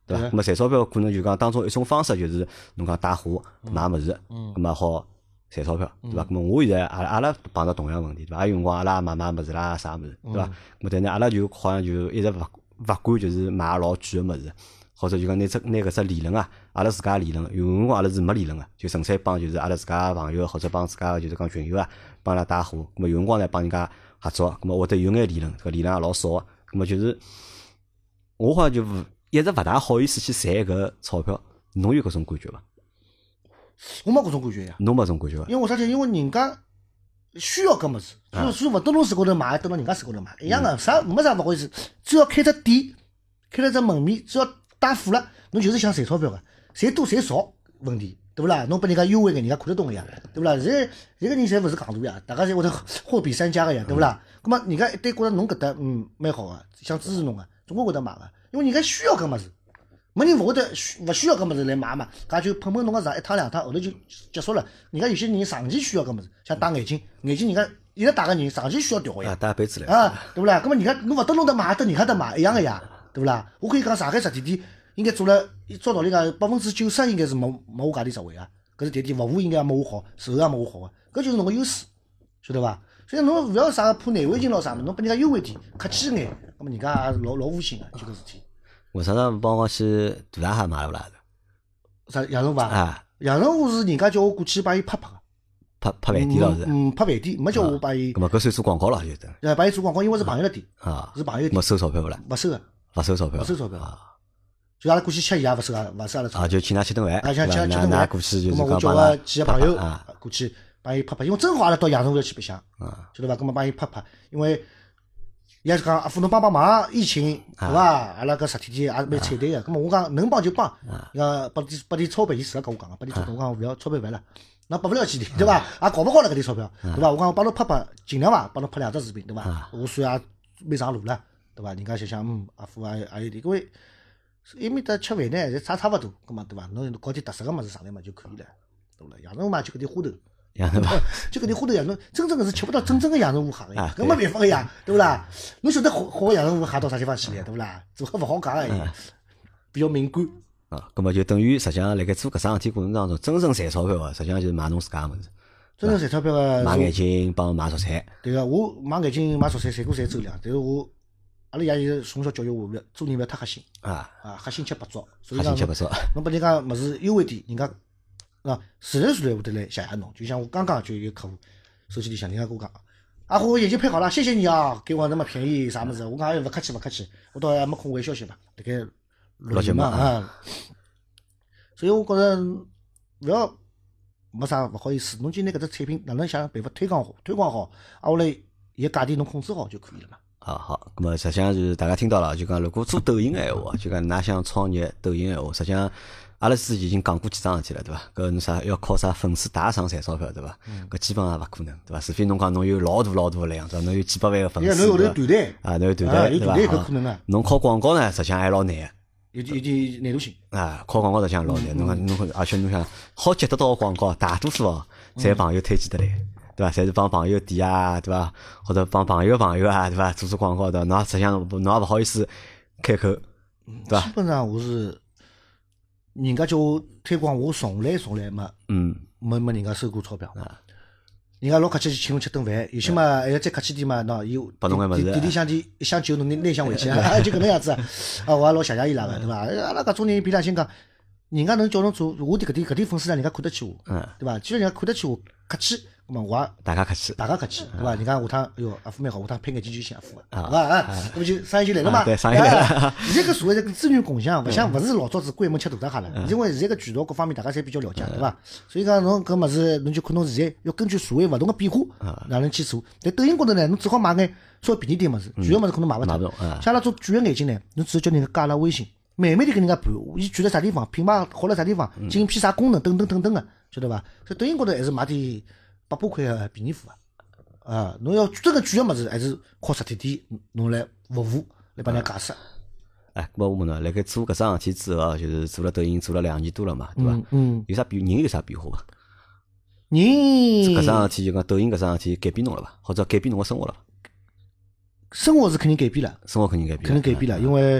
对伐？咁么赚钞票可能就讲当中一种方式就是侬讲带货买物事，咁么好赚钞票，对伐？咁么我现在阿拉阿拉碰到同样问题，对伐？有辰光阿拉买买物事啦啥物事，对伐？咁么但是阿拉就好像就一直勿勿敢就是买老贵个物事。或者就讲拿只拿搿只理论啊，阿拉自家理论，有辰光阿拉是没理论个，就纯粹帮就是阿拉自家朋友或者帮自家就是讲群友啊，帮阿拉带货。咁么有辰光呢帮人家合作，咁么会得有眼理论，搿理论也老少个。咁么就是我好像就一直勿大好意思去赚搿钞票。侬有搿种感觉伐？ 我没搿种感觉呀。 侬没搿种感觉伐？ 因为为啥体？因为人家需要搿物事，所以所以勿蹲侬手高头买，蹲到人家手高头买一样个，啥没啥勿好意思。只要开只店，开了只门面，只要带货了，侬就是想赚钞票个，赚多赚少问题，对勿啦？侬拨人家优惠个，人家看得懂个呀，对勿啦？现在现在人侪勿是戆大呀，大家侪会得货比三家个呀，对勿啦？咁么人家一旦觉着侬搿搭嗯蛮好个，想支持侬个，总归会得买个，因为人家需要搿物事，没人勿会得勿需要搿物事来买嘛，搿就碰碰侬个场一趟两趟，后头就结束了。人家有些人长期需要搿物事，像戴眼镜，眼镜人家一直戴个人长期需要调个呀， 戴一辈子来啊，对勿啦？咁么人家侬勿得侬得买，得人家得买一样个呀。对不啦？我可以讲上海实体店应该做了，照道理讲百分之九十应该是没没我价钿实惠啊。搿是第一点，服务应该也没我好，售后也没我好个，搿就是侬个优势，晓得伐？所以侬勿要啥个破难为情咯啥物，侬拨人家优惠点，客气眼，咁么人家也老老无心个，就搿事体。 为啥侬帮我去大闸蟹买了勿啦？ 啥羊肉伐？ 啊， 羊肉是人家叫我过去帮伊拍拍个， 拍拍饭店咯是？ 嗯，拍饭店，没叫我帮伊。 咁么搿算做广告了就得。 呃，帮伊做广告，因为是朋友的店， 啊， 是朋友店。 没收钞票勿啦？ 勿收个。 勿收钞票， 勿收钞票啊！ 就阿拉过去吃伊也勿收啊，勿收阿拉钞票。 啊，就请㑚吃顿饭， 啊，像吃吃顿饭，过去就是讲帮叫我几个朋友过去帮伊拍拍，因为正好阿拉到扬州要去白相，晓得伐？咁么帮伊拍拍，因为也是讲阿夫侬帮帮忙，疫情对伐？阿拉搿实体店也蛮惨淡个，咁么我讲能帮就帮，伊讲拨点拨点钞票，伊自家跟我讲个，拨点钞票，我讲勿要钞票烦了，那拨勿了几钿，对伐？也搞勿好了搿点钞票，对伐？我讲我帮侬拍拍，尽量伐，帮侬拍两只视频，对伐？我算也蛮上路了。对伐？人家想想，嗯，阿夫也也有点，因为埃面搭吃饭呢，侪差差勿多，葛末对伐？侬搞点特色个物事上来嘛就可以了，对勿啦？羊肉嘛就搿点花头， 羊肉嘛， 就搿点花头羊肉，真正个是吃勿到真正个羊肉蟹个呀，搿没办法个呀，对勿啦？侬晓得好好个羊肉蟹到啥地方去了，对勿啦？做好勿好讲个，比较敏感。 啊，葛末就等于实际上辣盖做搿桩事体过程当中，真正赚钞票个，实际上就是买侬自家个物事。 真正赚钞票个， 买眼镜帮买蔬菜。 对个，我买眼镜买蔬菜，赚过赚周量，但是我。阿拉爷就从小教育我，做人勿要太黑心啊！啊，黑心吃白粥，所以讲侬拨人家物事优惠点，人家啊自然自然会得来谢谢侬。就像我刚刚就有客户手机里向人家跟我讲，啊，我眼镜配好了，谢谢你啊，给我那么便宜啥物事？我讲哎，勿客气勿客气，我倒还没空回消息伐？辣盖录节目啊，所以我觉着勿要没啥勿好意思，侬就拿搿只产品哪能想办法推广好，推广好，啊，后来伊个价钿侬控制好就可以了嘛。 啊好，咁么实际上就是大家听到了，就讲如果做抖音个闲话，就讲㑚想创业抖音闲话，实际上阿拉之前已经讲过几桩事体了，对伐？搿侬啥要靠啥粉丝打赏赚钞票，对伐？搿基本上勿可能，对伐？除非侬讲侬有老大老大个量，对伐？侬有几百万个粉丝， 侬有团队啊，侬有团队，对伐？ 有搿可能啊。 侬靠广告呢，实际上还老难个， 有点有点难度性啊。靠广告实际上老难，侬讲侬而且侬想好接得到广告，大多数哦，侪朋友推荐得来。对伐？侪是帮朋友店啊，对伐？或者帮朋友朋友啊，对伐？做做广告的，侬实际上侬也勿好意思开口，对伐？ 基本上我是，人家叫我推广，我从来从来没，嗯，没没人家收过钞票。啊，人家老客气去请侬吃顿饭，有些嘛还要再客气点嘛，喏，有拨侬个物事， 点点香点一箱酒侬拿拿一箱回去啊，就搿能样子啊，啊，我也老谢谢伊拉个，对伐？阿拉搿种人凭良心讲，人家能叫侬做，我点搿点搿点粉丝量，人家看得起我，嗯，对伐？既然人家看得起我，客气。咁么我也大家客气， 大家客气，对伐？人家下趟，哎哟，阿夫蛮好，下趟配眼镜就寻阿夫个，对伐？啊，那么就生意就来了嘛。 对，生意来了。 现在搿社会是资源共享，勿像勿是老早子关门吃大闸蟹了。因为现在搿渠道各方面大家侪比较了解，对伐？所以讲侬搿物事，侬就看侬现在要根据社会勿同个变化，哪能去做。但抖音高头呢，侬只好买眼稍微便宜点物事，贵个物事可能买勿到。像阿拉做贵个眼镜呢，侬只要叫人家加阿拉微信，慢慢地跟人家盘，伊贵辣啥地方，品牌好辣啥地方，镜片啥功能，等等等等个，晓得伐？所以抖音高头还是买点。八百块个便宜货啊！啊，侬要真个贵个物事，还是靠实体店侬来服务，来帮人家解释。 哎，搿么我问侬，辣盖做搿桩事体之后，就是做了抖音做了两年多了嘛，对伐？ 嗯。嗯有啥变？人有啥变化伐？ 人搿桩事体就讲抖音搿桩事体改变侬了伐？或者改变侬个生活了伐？ 生活是肯定改变了， 生活肯定改变， 肯定改变了，因为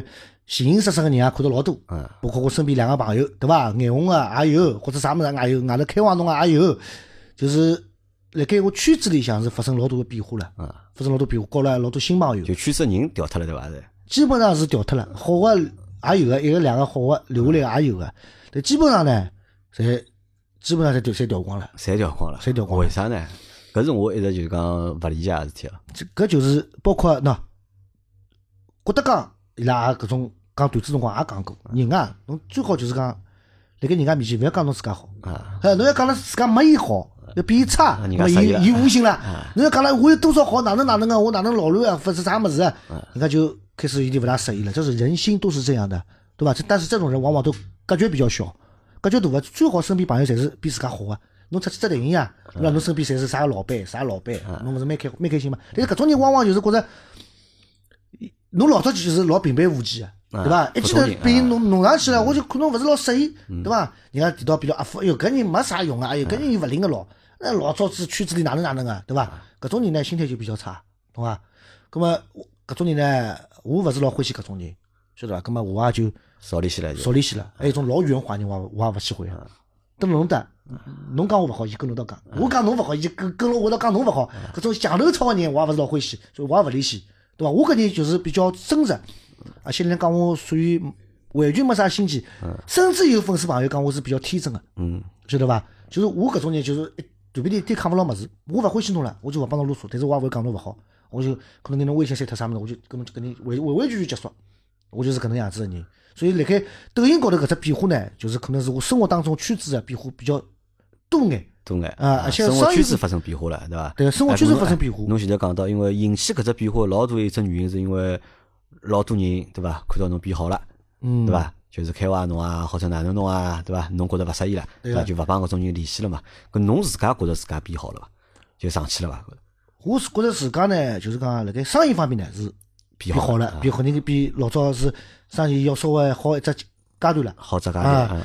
形形色色个人也看到老多， 嗯， 包括我身边两个朋友，对伐？眼红个也有，或者啥物事也有，外头开黄侬个也有，就是辣盖我圈子里向是发生老多个变化了， 嗯， 发生老多变化，交了老多新朋友， 就圈子人调脱了对伐？是， 基本上是调脱了，好个也有个，一个两个好个留下来也有个，但基本上呢，侪基本上侪调侪调光了， 侪调光了， 侪调光了。 为啥呢？搿是我一直就是讲勿理解个事体了。 这搿就是包括喏，郭德纲伊拉也搿种讲段子辰光也讲过，人啊，侬最好就是讲，辣盖人家面前勿要讲侬自家好， 啊， 哎，侬要讲了自家没伊好，要比伊差， 人那么伊家失业了伊无形了啊。 侬要讲了我有多少好，哪能哪能个，我哪能老乱啊，或者啥物事啊，人家就开始有点勿大适意了。这是人心都是这样的，对吧？但是这种人往往都格局比较小，格局大个，最好身边朋友侪是比自家好个。侬出去只电影呀，对伐？侬身边侪是啥个老板，啥老板，侬勿是蛮开蛮开心嘛？但是搿种人往往就是觉着，侬老早就是老平平无奇个，对伐？一记头被弄弄上去了，我就可能勿是老适意，对伐？人家提到比较阿富，哎哟，搿人没啥用啊，哎哟，搿人又勿灵个咯，那老早子圈子里哪能哪能个，对伐？搿种人呢，心态就比较差，懂伐？葛末搿种人呢，我勿是老欢喜搿种人，晓得伐？葛末我也就少联系了， 少联系了。还有一种老圆滑人，我我也勿喜欢。跟侬搭，侬讲我勿好，伊跟侬搭讲；我讲侬勿好，伊跟跟了我搭讲侬勿好。搿种墙头草个人，我也勿是老欢喜，所以我也勿联系，对伐？我搿人就是比较真实，而且人讲我属于完全没啥心机，甚至有粉丝朋友讲我是比较天真个， 嗯， 晓得伐？就是我搿种人就是随便点对抗勿牢物事，我勿欢喜侬了，我就勿帮侬啰嗦，但是我也勿会讲侬勿好，我就可能拿侬微信删脱啥物事，我就跟侬跟你委委委屈屈结束，我就是搿能样子个人。所以辣盖抖音高头搿只变化呢，就是可能是我生活当中圈子的变化比较多眼， 多眼啊，而且生活圈子发生变化了，对伐？ 对，生活圈子发生变化。 侬现在讲到，因为引起搿只变化老大一只原因，是因为老多人对伐？看到侬变好了， 嗯， 对伐？就是开挖侬啊，或者哪能弄啊，对伐？侬觉着勿适意了，对伐？就勿帮搿种人联系了嘛。搿侬自家觉着自家变好了伐？就上去了伐？ 我是觉着自家呢，就是讲辣盖生意方面呢是变好了，变肯定比老早是生意要稍微好一只阶段了， 好只阶段。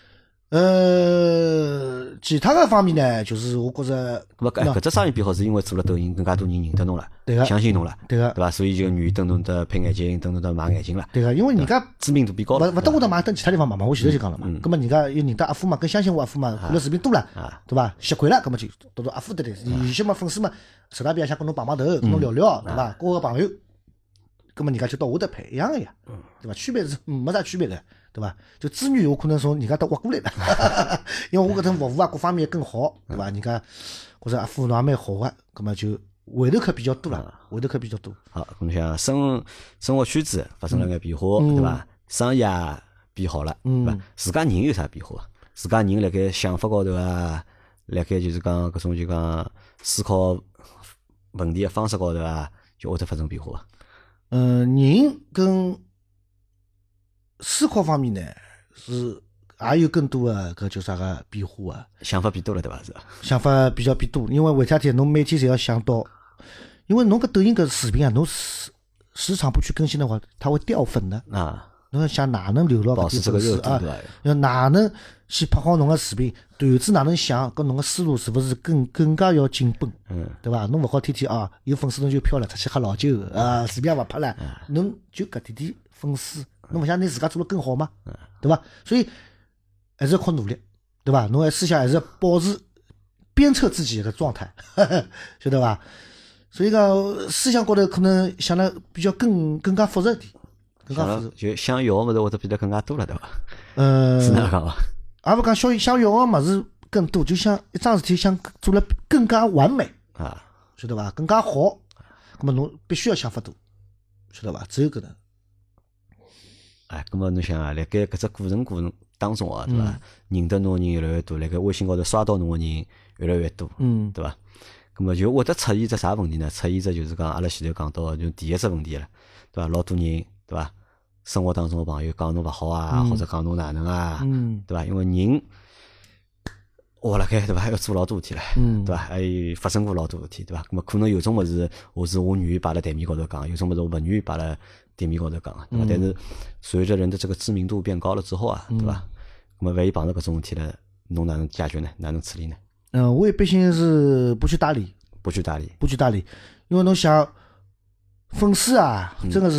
呃，其他个方面呢，就是我觉着， 搿搿搿只生意变好，是因为做了抖音，更加多人认得侬了， 对个， 相信侬了， 对个， 对伐？所以就愿意等侬得配眼镜，等侬得买眼镜了， 对个，因为人家知名度变高了， 勿勿等我得买，等其他地方买嘛，我前头就讲了嘛。葛末人家又认得阿夫嘛，更相信我阿夫嘛，看了视频多了，对伐？习惯了，葛末就到到阿夫得来。有些嘛粉丝嘛，手那边想跟侬碰碰头，跟侬聊聊，对伐？交个朋友，葛末人家就到我搭配一样个呀，对伐？区别是没啥区别个。对伐？就资源我可能从人家搭挖过来了，因为我搿种服务啊各方面更好，对伐？人家觉着阿夫侬也蛮好个，葛末就回头客比较多了，回头客比较多。 好，咁像生生活圈子发生了眼变化，对伐？生意也变好了，对伐？自家人有啥变化？自家人辣盖想法高头啊，辣盖就是讲搿种就讲思考问题个方式高头啊，就会得发生变化。 嗯，人跟思考方面呢，是也有更多的搿叫啥个变化啊？ 想法变多了，对伐？是想法比较变多，因为为啥体？侬每天侪要想到，因为侬搿抖音搿视频啊，侬时时常不去更新的话，它会掉粉的啊。 侬要想哪能留牢搿这个热度啊？ 要哪能去拍好侬个视频，段子哪能想，跟侬个思路是不是更更加要紧绷？ 嗯， 对伐？侬勿好天天啊，有粉丝侬就飘了，出去喝老酒啊，视频也勿拍了，侬就搿点点粉丝。侬勿想你自家做得更好吗？对伐？所以还是要靠努力，对伐？侬还思想还是要保持鞭策自己的状态，晓得伐？所以讲思想高头可能想了比较更更加复杂一点，更加复杂。 就想要个物事会得变得更加多了，对伐？ 嗯， 是哪能讲伐？ 也勿讲想想要个物事更多，就想一桩事体想做了更加完美啊， 晓得伐？更加好，那么侬必须要想法多，晓得伐？只有搿能。 哎，咁么侬想啊，辣盖搿只过程过程当中啊，对伐？嗯、认得侬个人越来越多，辣盖微信高头刷到侬个人越来越多，嗯，对伐？咁么就会得出现只啥问题呢？出现只就是讲阿拉前头讲到就第一只问题了，对伐？老多人对伐？生活当中个朋友讲侬勿好啊，嗯、或者讲侬哪能啊，嗯、对伐？因为人活辣盖对伐？要做老多事体了，嗯、对伐？还有发生过老多事体，对伐？咁么可能有种物事，我是我愿意摆辣台面高头讲，有种物事我勿愿意摆辣台面高头讲，对伐？嗯、但是随着人的这个知名度变高了之后啊，对伐？咁么万一碰到搿种事体了，侬哪能解决呢？哪能处理呢？ 嗯，我一般性是不去搭理， 不去搭理， 不去搭理，因为侬想粉丝啊，真的是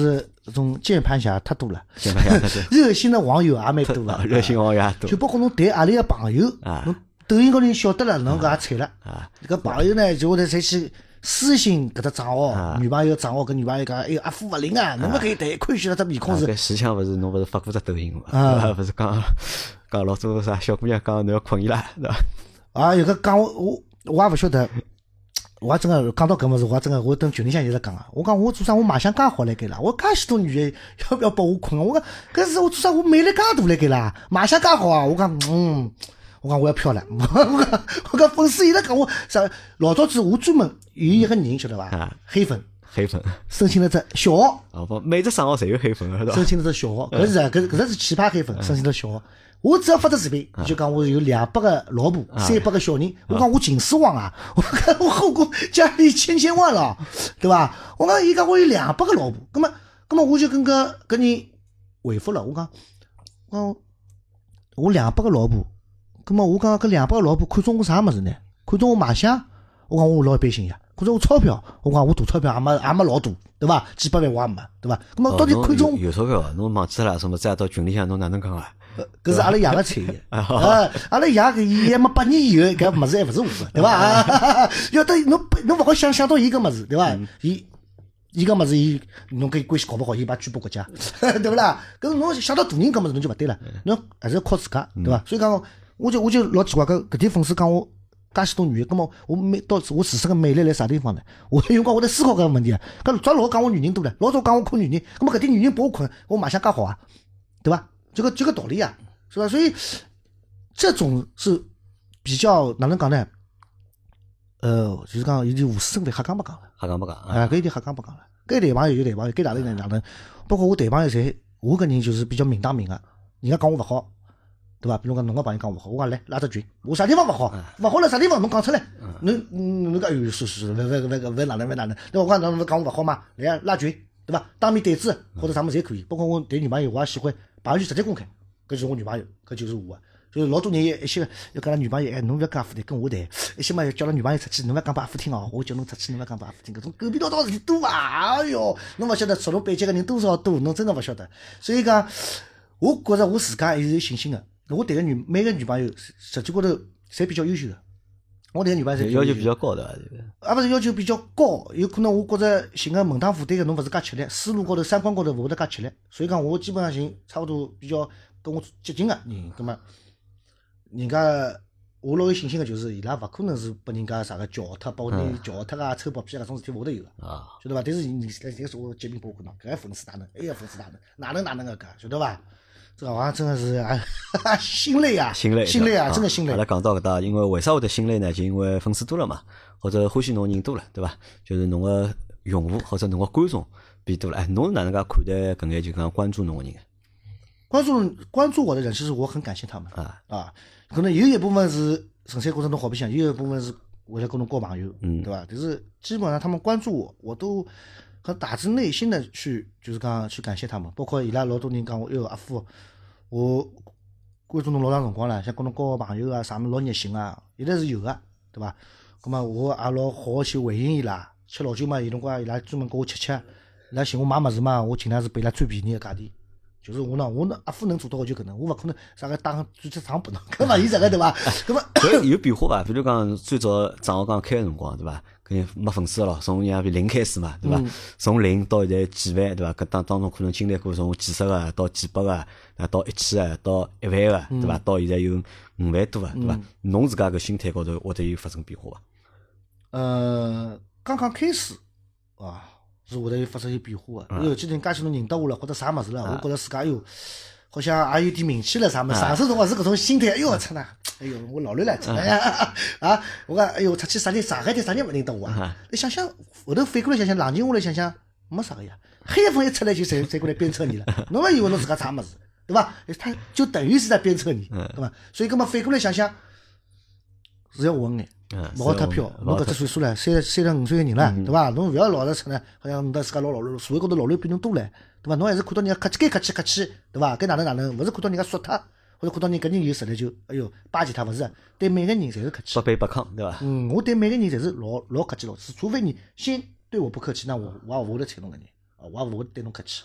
这种键盘侠太多了， 键盘侠太多， 热心的网友也蛮多的， 热心网友也多， 就包括侬谈阿里个朋友啊， 侬抖音高头晓得了，侬搿也惨了啊。 搿朋友呢，就会得再去私信搿只账号，女朋友账号跟女朋友讲，哎哟，阿夫勿灵啊，侬勿可以谈，看起来只面孔是。 搿前腔勿是侬勿是发过只抖音嘛？啊，勿是讲讲老早啥小姑娘讲侬要困伊拉，对伐？ 啊，有个讲我我我也勿晓得。我真个讲到搿物事，我真个我等群里向一直讲啊，我讲我做啥我卖相介好来盖啦，我介许多女的要不要拨我困啊？我讲搿是我做啥我魅力介大来盖啦，卖相介好啊！我讲嗯，我讲我要漂亮，我讲我讲粉丝一直讲我啥老早子我专门有一个人晓得伐？ 啊， 黑粉， 黑粉， 申请了只小号， 哦不，每只账号侪有黑粉的， 申请了只小号，搿是啊，搿搿只是奇葩黑粉，申请了小号。我只要发只视频，就讲我有两百个老婆，三百个小人。我讲我秦始皇啊，我讲我后宫家里千千万了，对吧？我讲伊讲我有两百个老婆，葛么葛么我就跟搿搿人回复了，我讲我讲我两百个老婆，葛么我讲搿两百个老婆看中我啥物事呢？看中我卖相，我讲我老一般性呀。看中我钞票，我讲我大钞票也没也没老多，对伐？几百万我也没，对伐？葛么到底看中有钞票，侬忘记了什么？再到群里向侬哪能讲啊？ 搿是阿拉爷个产业，啊，阿拉爷搿伊还没八年以后，搿物事还勿是我个，对伐？要得侬侬勿好想想到伊搿物事，对伐？伊伊搿物事伊侬跟伊关系搞勿好，伊把举报国家，对勿啦？搿侬想到大人搿物事侬就勿对了，侬还是要靠自家，对伐？所以讲，我就我就老奇怪，搿搿点粉丝讲我介许多女的，葛末我美到我自身个魅力辣啥地方呢？我有辰光我在思考搿个问题啊。搿早老讲我女人多了，老早讲我困女人，葛末搿点女人拨我困，我卖相介好啊，对伐？这个这个道理啊，是吧？所以这种是比较哪能讲呢？呃，就是讲有点无私生非，瞎讲没讲了， 瞎讲没讲啊，搿一点瞎讲没讲了。该谈朋友就谈朋友，该哪能哪能，包括我谈朋友侪，我搿人就是比较明当明个，人家讲我勿好，对伐？比如讲侬个朋友讲我好，我讲来拉只群，我啥地方勿好，勿好了啥地方侬讲出来，侬侬讲哎呦是是，勿勿勿勿勿哪能勿哪能，对伐？我讲侬讲我勿好嘛，来拉群。对伐？当面对质或者啥么子侪可以，包括我谈女朋友，我也喜欢朋友圈直接公开，搿就是我女朋友，搿就是我啊。就是老多人一些要跟拉女朋友，哎，侬勿要讲阿福听，跟我谈，一些嘛要叫拉女朋友出去，侬勿要讲拨阿福听哦，我叫侬出去，侬勿要讲拨阿福听，搿种狗屁叨叨事体多啊！哎哟，侬勿晓得熟路背脊个人多少多，侬真的勿晓得。所以讲，我觉着我自家还是有信心个。我谈个女每个女朋友实际高头侪比较优秀个。我谈个女朋友要求比较高的， 也勿是要求比较高，有可能我觉着寻个门当户对个侬勿是介吃力，思路高头、三观高头勿会得介吃力，所以讲我基本上寻差勿多比较跟我接近个人，葛末人家我老有信心个就是伊拉勿可能是拨人家啥个撬脱，拨拿撬脱啊、抽包皮啊搿种事体勿会得有个，晓得伐？但是人现在是我截屏拨我看到，搿个粉丝哪能，埃个粉丝哪能，哪能哪能个搿，晓得伐？这个好像真的是啊，心累啊， 心累， 心累啊，真的心累。 阿拉讲到搿搭，因为为啥会得心累呢？就因为粉丝多了嘛，或者欢喜侬人多了，对伐？就是侬个用户或者侬个观众变多了。哎，侬哪能介看待搿眼就讲关注侬个人？ 关注关注我的人，其实我很感谢他们啊啊，可能有一部分是纯粹过程中好白相，有一部分是为了跟侬交朋友，嗯，对吧？但是基本上他们关注我，我都很打自内心的去，就是讲去感谢他们。包括伊拉老多人讲我，哟阿夫，我关注侬老长辰光了，想跟侬交个朋友啊，啥么老热心啊，一直是有个，对吧？咁么我也老好好去回应伊拉，吃老酒嘛，有辰光伊拉专门跟我吃吃，伊拉寻我买物事嘛，我尽量是拨伊拉最便宜个价钿。就是我呢，我呢阿夫能做到就搿能，我勿可能啥个打最只账拨侬，搿勿现实个对伐？搿么搿有变化伐？比如讲最早账号刚开个辰光，对伐？搿没粉丝咯，从像零开始嘛，对伐？从零到现在几万，对伐？搿当当中可能经历过从几十个到几百个，啊到一千个到一万个，对伐？到现在有五万多个，对伐？侬自家搿心态高头会得有发生变化伐？ 呃，刚刚开始啊。是会得发生有变化个，有几天介许多认得我了，或者啥物事了，我觉着自家哟，好像也有点名气了，啥物事，上手辰光是搿种心态，哎哟，操呐，哎哟，我老累了，哎呀啊，我讲，哎哟，出去啥人上海的啥人勿认得我啊？你想想，后头反过来想想，冷静下来想想，没啥个呀，黑一风一出来就侪侪过来鞭策你了，侬勿以为侬自家啥物事，对伐？他就等于是在鞭策你，对伐？所以搿么反过来想想，是要稳眼。勿好太飘，侬搿只岁数了，三十三十五岁个人了，对伐？侬勿要老是出来，好像侬得自家老老社会高头老卵比侬多唻，对伐？侬还是看到人家客气该客气客气，对伐？该哪能哪能，勿是看到人家说他，或者看到人搿人有实力就哎哟巴结他，勿是？对每个人侪是客气， 不卑不亢，对伐？ 嗯，我对每个人侪是老老客气老，除非你先对我不客气，那我我也勿会得睬侬个人，啊，我也勿会对侬客气。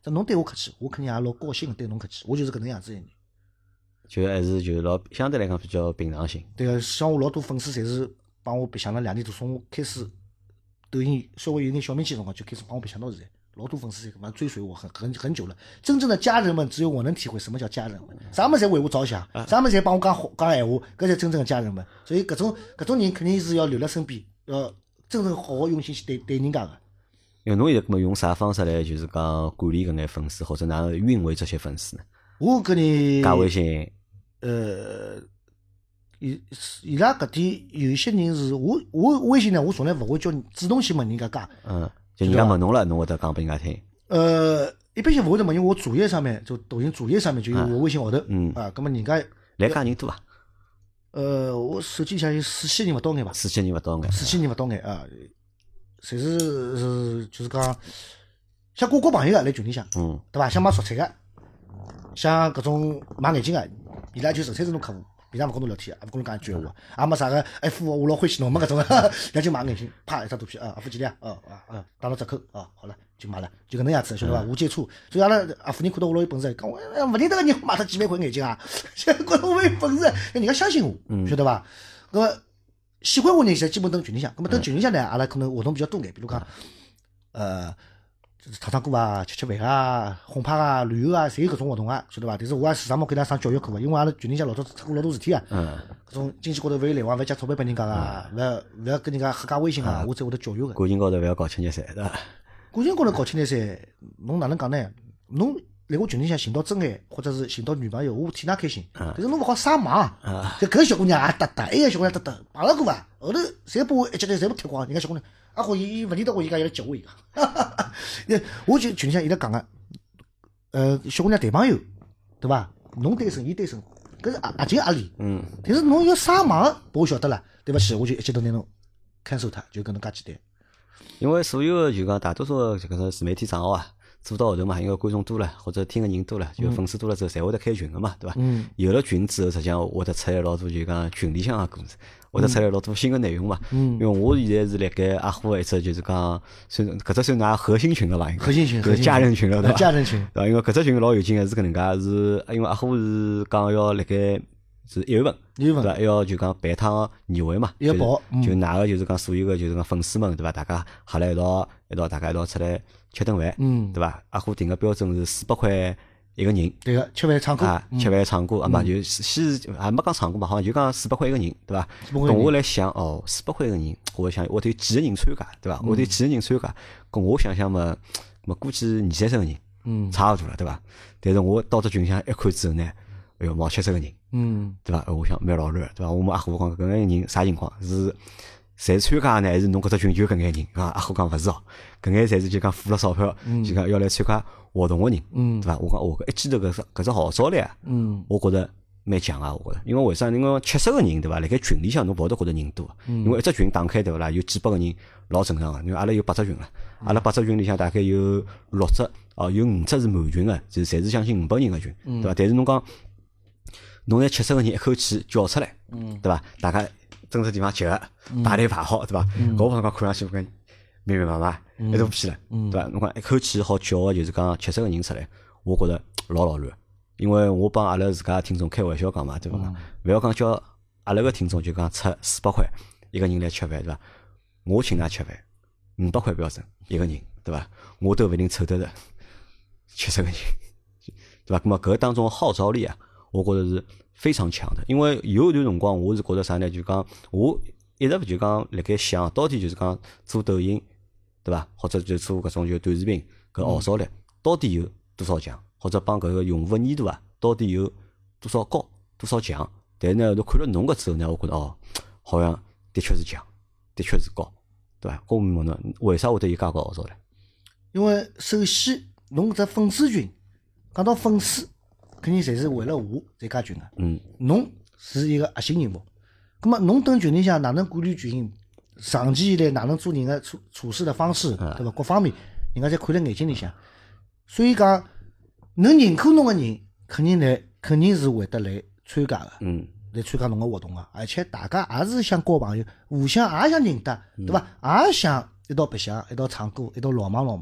但侬对我客气，我肯定也老高兴对侬客气，我就是搿能样子个人。 就还是就老相对来讲比较平常心。 对个，像我老多粉丝侪是帮我白相了两年多，从我开始抖音稍微有点小名气的辰光就开始帮我白相到现在，老多粉丝反正追随我很很很久了。真正的家人们，只有我能体会什么叫家人们，啥么侪为我着想，啥么侪帮我讲讲闲话，搿才真正的家人们。所以搿种搿种人肯定是要留辣身边，要真正好好用心去对对人家个。 因为侬现在搿么用啥方式来就是讲管理搿眼粉丝，或者哪能运维这些粉丝呢？ 我搿人加微信， 呃，伊伊拉搿点有一些人是我我微信呢，我从来勿会叫主动去问人家加。 嗯，就人家问侬了，侬会得讲拨人家听。 呃，一般性勿会得问，因为我主页上面就抖音主页上面就有我微信号头。 嗯啊，葛末人家来加人多伐？ 呃，我手机里向有四千人勿到眼伐？ 四千人勿到眼。 四千人勿到眼啊，侪是是就是讲像过过朋友个来群里向， 嗯， 对伐？像买蔬菜个，像搿种买眼镜个，伊拉就纯粹是侬客户。平常勿跟侬聊天，也勿跟侬讲一句闲话，也没啥个，哎夫我老欢喜侬嘛搿种，伊拉就买眼镜，啪一张图片啊，阿夫几钿啊？哦啊啊，打了折扣啊，好了就买了，就搿能样子，晓得伐？无接触，所以阿拉阿夫人看到我老有本事，讲我勿认得个人买脱几万块眼镜啊，觉得我有本事，人家相信我，晓得伐？搿么喜欢我人现在基本蹲群里向，搿么蹲群里向呢，阿拉可能活动比较多眼，比如讲，呃。就是唱唱歌啊，吃吃饭啊，轰趴啊，旅游啊，侪有搿种活动啊，晓得伐？但是我也时常冇给伊拉上教育课个，因为阿拉群里向老早出过老多事体啊。嗯。搿种经济高头勿有来往，勿要借钞票拨人家啊，勿要勿要跟人家瞎加微信啊，我才会得教育个。 感情高头勿要搞七廿三，对伐？ 感情高头搞七廿三，侬哪能讲呢？侬辣我群里向寻到真爱，或者是寻到女朋友，我替㑚开心。嗯。但是侬勿好撒网。嗯。搿搿小姑娘也搭搭，埃个小姑娘搭搭，碰了过伐？后头侪把我一记头侪部踢光，人家小姑娘。阿虎伊勿认得我，伊讲伊来接我伊个，我就群里向伊拉讲个，呃，小姑娘谈朋友，对伐？侬单身，伊单身，搿是阿情阿理。嗯。但是侬要撒网，我晓得了，对勿起，我就一记头拿侬 cancel 脱，就搿能介简单。 因为所有就讲大多数就搿种自媒体账号啊，做到后头嘛，因为观众多了，或者听个人多了，就粉丝多了之后，侪会得开群个嘛，对伐？嗯。有了群之后，实际上会得出来老多就讲群里向个故事。会得出来老多新个内容嘛？嗯，因为我现在是辣盖阿虎一只就是讲，算搿只算㑚核心群了伐？ 核心群， 就是家人群了，对伐？ 家人群， 对伐？因为搿只群老有劲个，是搿能介，是因为阿虎是讲要辣盖是一月份， 一月份对伐？要就讲办一趟年会嘛， 要跑， 就㑚个就是讲所有个就是讲粉丝们，对伐？大家合来一道一道，大家一道出来吃顿饭，嗯，对伐？阿虎定个标准是四百块。一个人， 对个，吃饭唱歌， 啊，吃饭唱歌，啊嘛就先还没讲唱歌嘛，好像就讲四百块一个人，对伐？咁我来想，哦，四百块一个人，我想我得几个人参加，对伐？我得几个人参加，咁我想想嘛，咁估计二三十个人，嗯，差勿多了，对伐？但是我到只群里向一看之后呢，哎哟，毛七十个人，嗯，对伐？我想蛮老乱，对伐？我们阿虎讲搿眼人啥情况？是侪参加呢，还是侬搿只群就搿眼人？啊，阿虎讲勿是哦，搿眼侪是就讲付了钞票，就讲要来参加活动个人，嗯，对伐？我讲哦，搿一记头搿只搿只号召力啊，嗯，我觉着蛮强啊，我觉着，因为为啥？因为七十个人对伐？辣盖群里向侬勿会得觉得人多，因为一只群打开对勿啦？有几百个人老正常个，因为阿拉有八只群了，阿拉八只群里向大概有六只哦，有五只是满群个，就侪是将近五百人个群，对伐？但是侬讲侬那七十个人一口气叫出来，嗯，对伐？大家蹲只地方集合，排队排好，对伐？搿我讲看上去搿密密麻麻一大批了，对伐？侬讲一口气好叫个就是讲七十个人出来，我觉着老老乱。因为我帮阿拉自家听众开玩笑讲嘛，对伐？勿要讲叫阿拉个听众就讲出四百块一个人来吃饭，对伐？我请㑚吃饭五百块标准一个人，对伐？我都勿一定凑得着七十个人，对伐？咁么搿当中号召力啊，我觉着是非常强的。因为有一段辰光，我是觉着啥呢？就讲我一直就讲辣盖想，到底就是讲做抖音，对伐？或者就做搿种就短视频搿号召力到底有多少强？或者帮搿个用户粘度啊，到底有多少高，多少强？但是呢，都看了侬搿之后呢，我觉得哦，好像的确是强，的确是高，对伐？我问侬，为啥会得有介高号召力？ 因为首先，侬搿只粉丝群，讲到粉丝，肯定侪是为了我才加群个。嗯。侬是一个核心人物，葛末侬蹲群里向哪能管理群？长期以来哪能做人个处处事的方式，对伐？各方面，人家侪看辣眼睛里向，所以讲。能认可侬个人，肯定来，肯定是会得来参加个，嗯，来参加侬个活动个，而且大家也是想交朋友，互相也想认得，对伐？也想一道白相，一道唱歌，一道闹忙闹忙，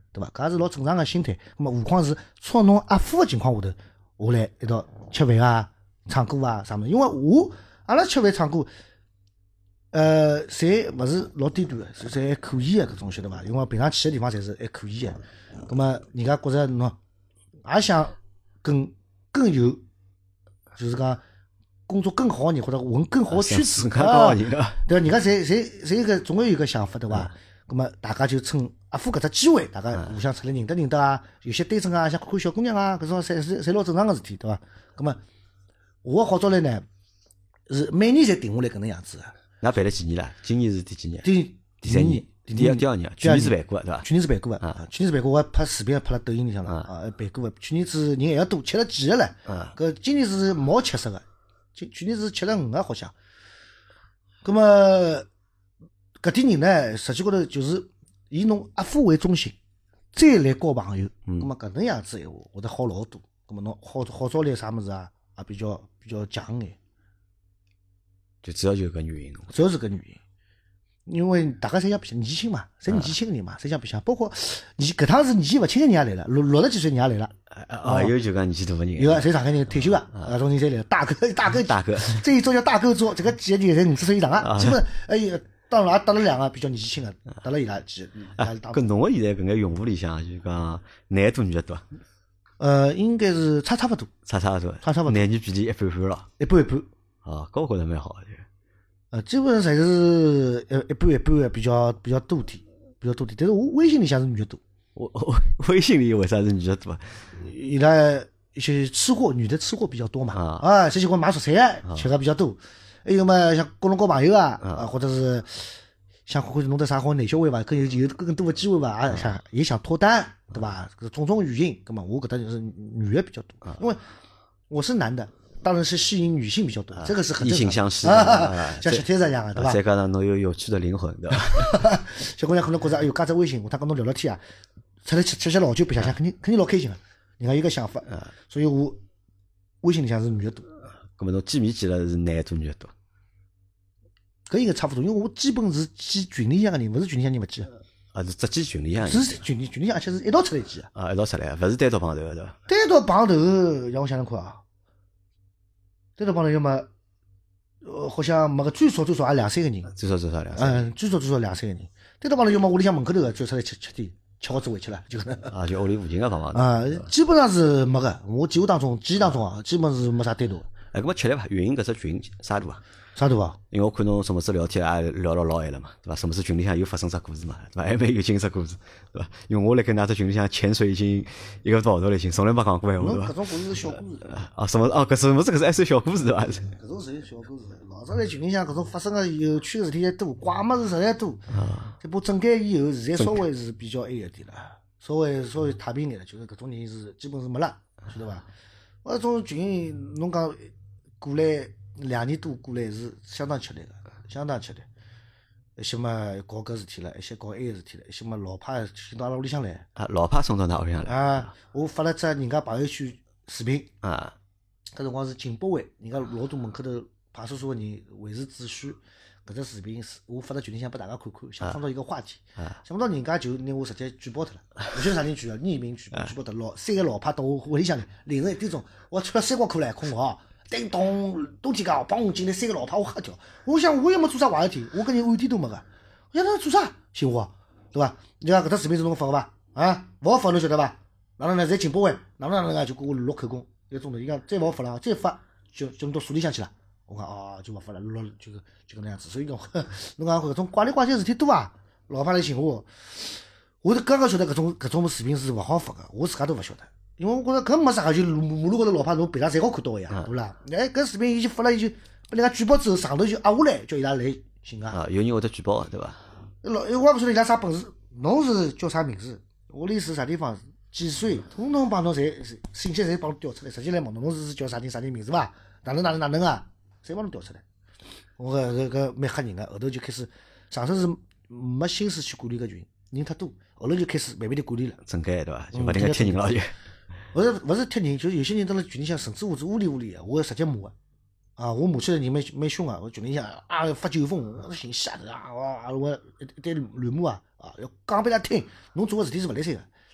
对伐？搿也是老正常个心态。咁么何况是操侬阿夫个情况下头，我来一道吃饭啊、唱歌啊啥物事。因为我阿拉吃饭唱歌，呃，侪勿是老低端个，是侪还可以个搿种晓得伐？因为平常去个地方侪是还可以个。咁么人家觉着侬也想更更有，就是讲。工作更好，你或者混更好圈子啊， 对吧？人家侪侪侪有个总归有个想法，对伐？咁么大家就趁阿夫搿只机会，大家互相出来认得认得啊，有些单身啊，想看看小姑娘啊，搿种侪是侪老正常个事体，对伐？咁么我好早来呢，是每年侪定下来搿能样子个。 那办了几年了？今年是第几年？ 第第三年，第二第二年，去年是办过个，对伐？ 去年是办过个，啊，去年是办过，我还拍视频拍了抖音里向了，啊，办过个。去年子人还要多，吃了几个唻，搿今年是毛七十个。去年是七十五个好像，咁么搿点人呢，实际高头就是以侬阿夫为中心，再来交朋友，咁么搿能样子闲话，会得好老多。咁么侬好好早来啥物事啊，也比较比较强眼。 就主要就是搿原因， 主要是搿原因。因为大家侪想年纪轻嘛，侪年纪轻个人嘛，侪想白相。包括年搿趟是年纪勿轻个人也来了，六六十几岁人也来了。 啊，有就讲年纪大个人， 有啊，侪上海人退休个，搿种人侪来了。大哥，大哥， 大哥， 这一桌叫大哥桌，这个几个人侪五十岁以上个，基本哎呀，当然也搭了两个比较年纪轻个，搭了伊拉几。 搿侬个现在搿眼用户里向就讲男多女的多？ 呃，应该是差差勿多， 差差勿多， 差差勿多， 男女比例一半半咯， 一半一半。 啊，搿我觉着蛮好个。 呃，基本上侪是一一般一般个，比较比较多点，比较多点。但是我微信里向是女的多。 我我微信里为啥是女的多？ 伊拉一些吃货，女的吃货比较多嘛。 啊， 啊，这些我买蔬菜吃个比较多。还有嘛，像跟侬交朋友啊，啊，或者是想看看弄得啥好男小孩伐，更有有更多的机会伐，啊，想也想脱单，对伐？搿种种原因，葛末我搿搭就是女的比较多，因为我是男的。当然是吸引女性比较多，这个是很异性相吸， 像小天子一样的，对吧？ 再加上侬有有趣的灵魂，对吧？ 小姑娘可能觉着，哎哟，加只微信，我他跟侬聊聊天啊，出来吃吃些老酒，白相相，肯定肯定老开心的。人家有个想法，所以我微信里向是女的多。 咁么侬见面见了是男多女的多？ 搿应该差不多，因为我基本是见群里向个人，勿是群里向人勿见。 啊，是只见群里向人。 是群里群里向，而且是一道出来见。 啊，一道出来，勿是单独碰头的，对伐？ 单独碰头，让我想想看啊。单独碰头要么，呃，好像没个最少最少也两三个人， 最少最少两三个人， 嗯，最少最少两三个人。单独碰头要么屋里向门口头个，就出来吃吃点，吃好子回去了，就可能。 啊，就屋里附近个碰碰头。 啊，基本上是没个，我记忆当中，记忆当中啊，基本是没啥单独。 哎，搿么吃力伐？运营搿只群啥大啊？ 啥大啊？ 因为我看侬什么事聊天也聊了老晚了嘛，对伐？什么事群里向又发生啥故事嘛，对伐？还蛮有劲只故事，对伐？因为我辣盖㑚只群里向潜水已经一个多号头了，已经从来没讲过闲话，对伐？ 搿种故事是小故事。 啊，什么哦，搿什么这个是还算小故事对伐？ 搿种属于小故事。老早在群里向搿种发生个有趣个事体还多，怪物事实在多。啊。这不整改以后，现在稍微是比较埃一点了，稍微稍微太平点了，就是搿种人是基本是没了，晓得伐？我搿种群侬讲过来。两年多过来是相当吃力个，相当吃力。一些嘛搞搿事体了，一些搞埃个事体了，一些嘛老派送到阿拉屋里向来。 啊，老派送到㑚屋里向来。 啊，我发了只人家朋友圈视频。 啊。 搿辰光是警保委，人家老多门口头派出所个人维持秩序。搿只视频是我发到群里向拨大家看看，想创造一个话题。啊。想不到人家就拿我直接举报脱了，勿晓得啥人举个，匿名举报举报脱老三个老派到我屋里向来，凌晨一点钟，我穿了三角裤来困觉。叮咚，冬天介帮我进来三个老派，我吓跳。我想我也没做啥坏事体，我跟人暗点都没个。我想他做啥？寻我，对伐？你讲搿只视频是侬发个伐？啊，勿好发侬晓得伐？哪能呢？侪警报委，哪能哪能个就给我录口供一个钟头。伊讲再勿好发了，再发就就侬到所里向去了。我讲哦，就勿发了，录就就搿能样子。所以讲，侬讲搿种怪里怪气事体多啊，老派来寻我。我是刚刚晓得搿种搿种视频是勿好发个，我自家都勿晓得。因为我觉着搿没啥，就马路高头老派侬平常侪好看到个呀，对勿啦？哎，搿视频伊就发了，伊就拨人家举报之后，上头就压下来，叫伊拉来寻个。 啊，有人会得举报个，对伐？ 老，我也勿晓得伊拉啥本事，侬是叫啥名字？屋里是啥地方？几岁？统统帮侬侪信息侪帮侬调出来，直接来问侬，侬是叫啥人啥人名字伐？哪能哪能哪能啊？侪帮侬调出来。我搿搿搿蛮吓人个，后头就开始上头是没心思去管理搿群，人太多，后头就开始慢慢地管理了。 整改对伐？就勿停个贴人了就。 勿是勿是贴人，就是有些人蹲辣群里向甚至乎是乌里乌里个，我直接骂个。啊，我骂起来人蛮蛮凶个，我群里向啊发酒疯，我寻吓得啊，哇！我一堆乱骂啊，啊要讲拨伊拉听，侬做个事体是勿来三个，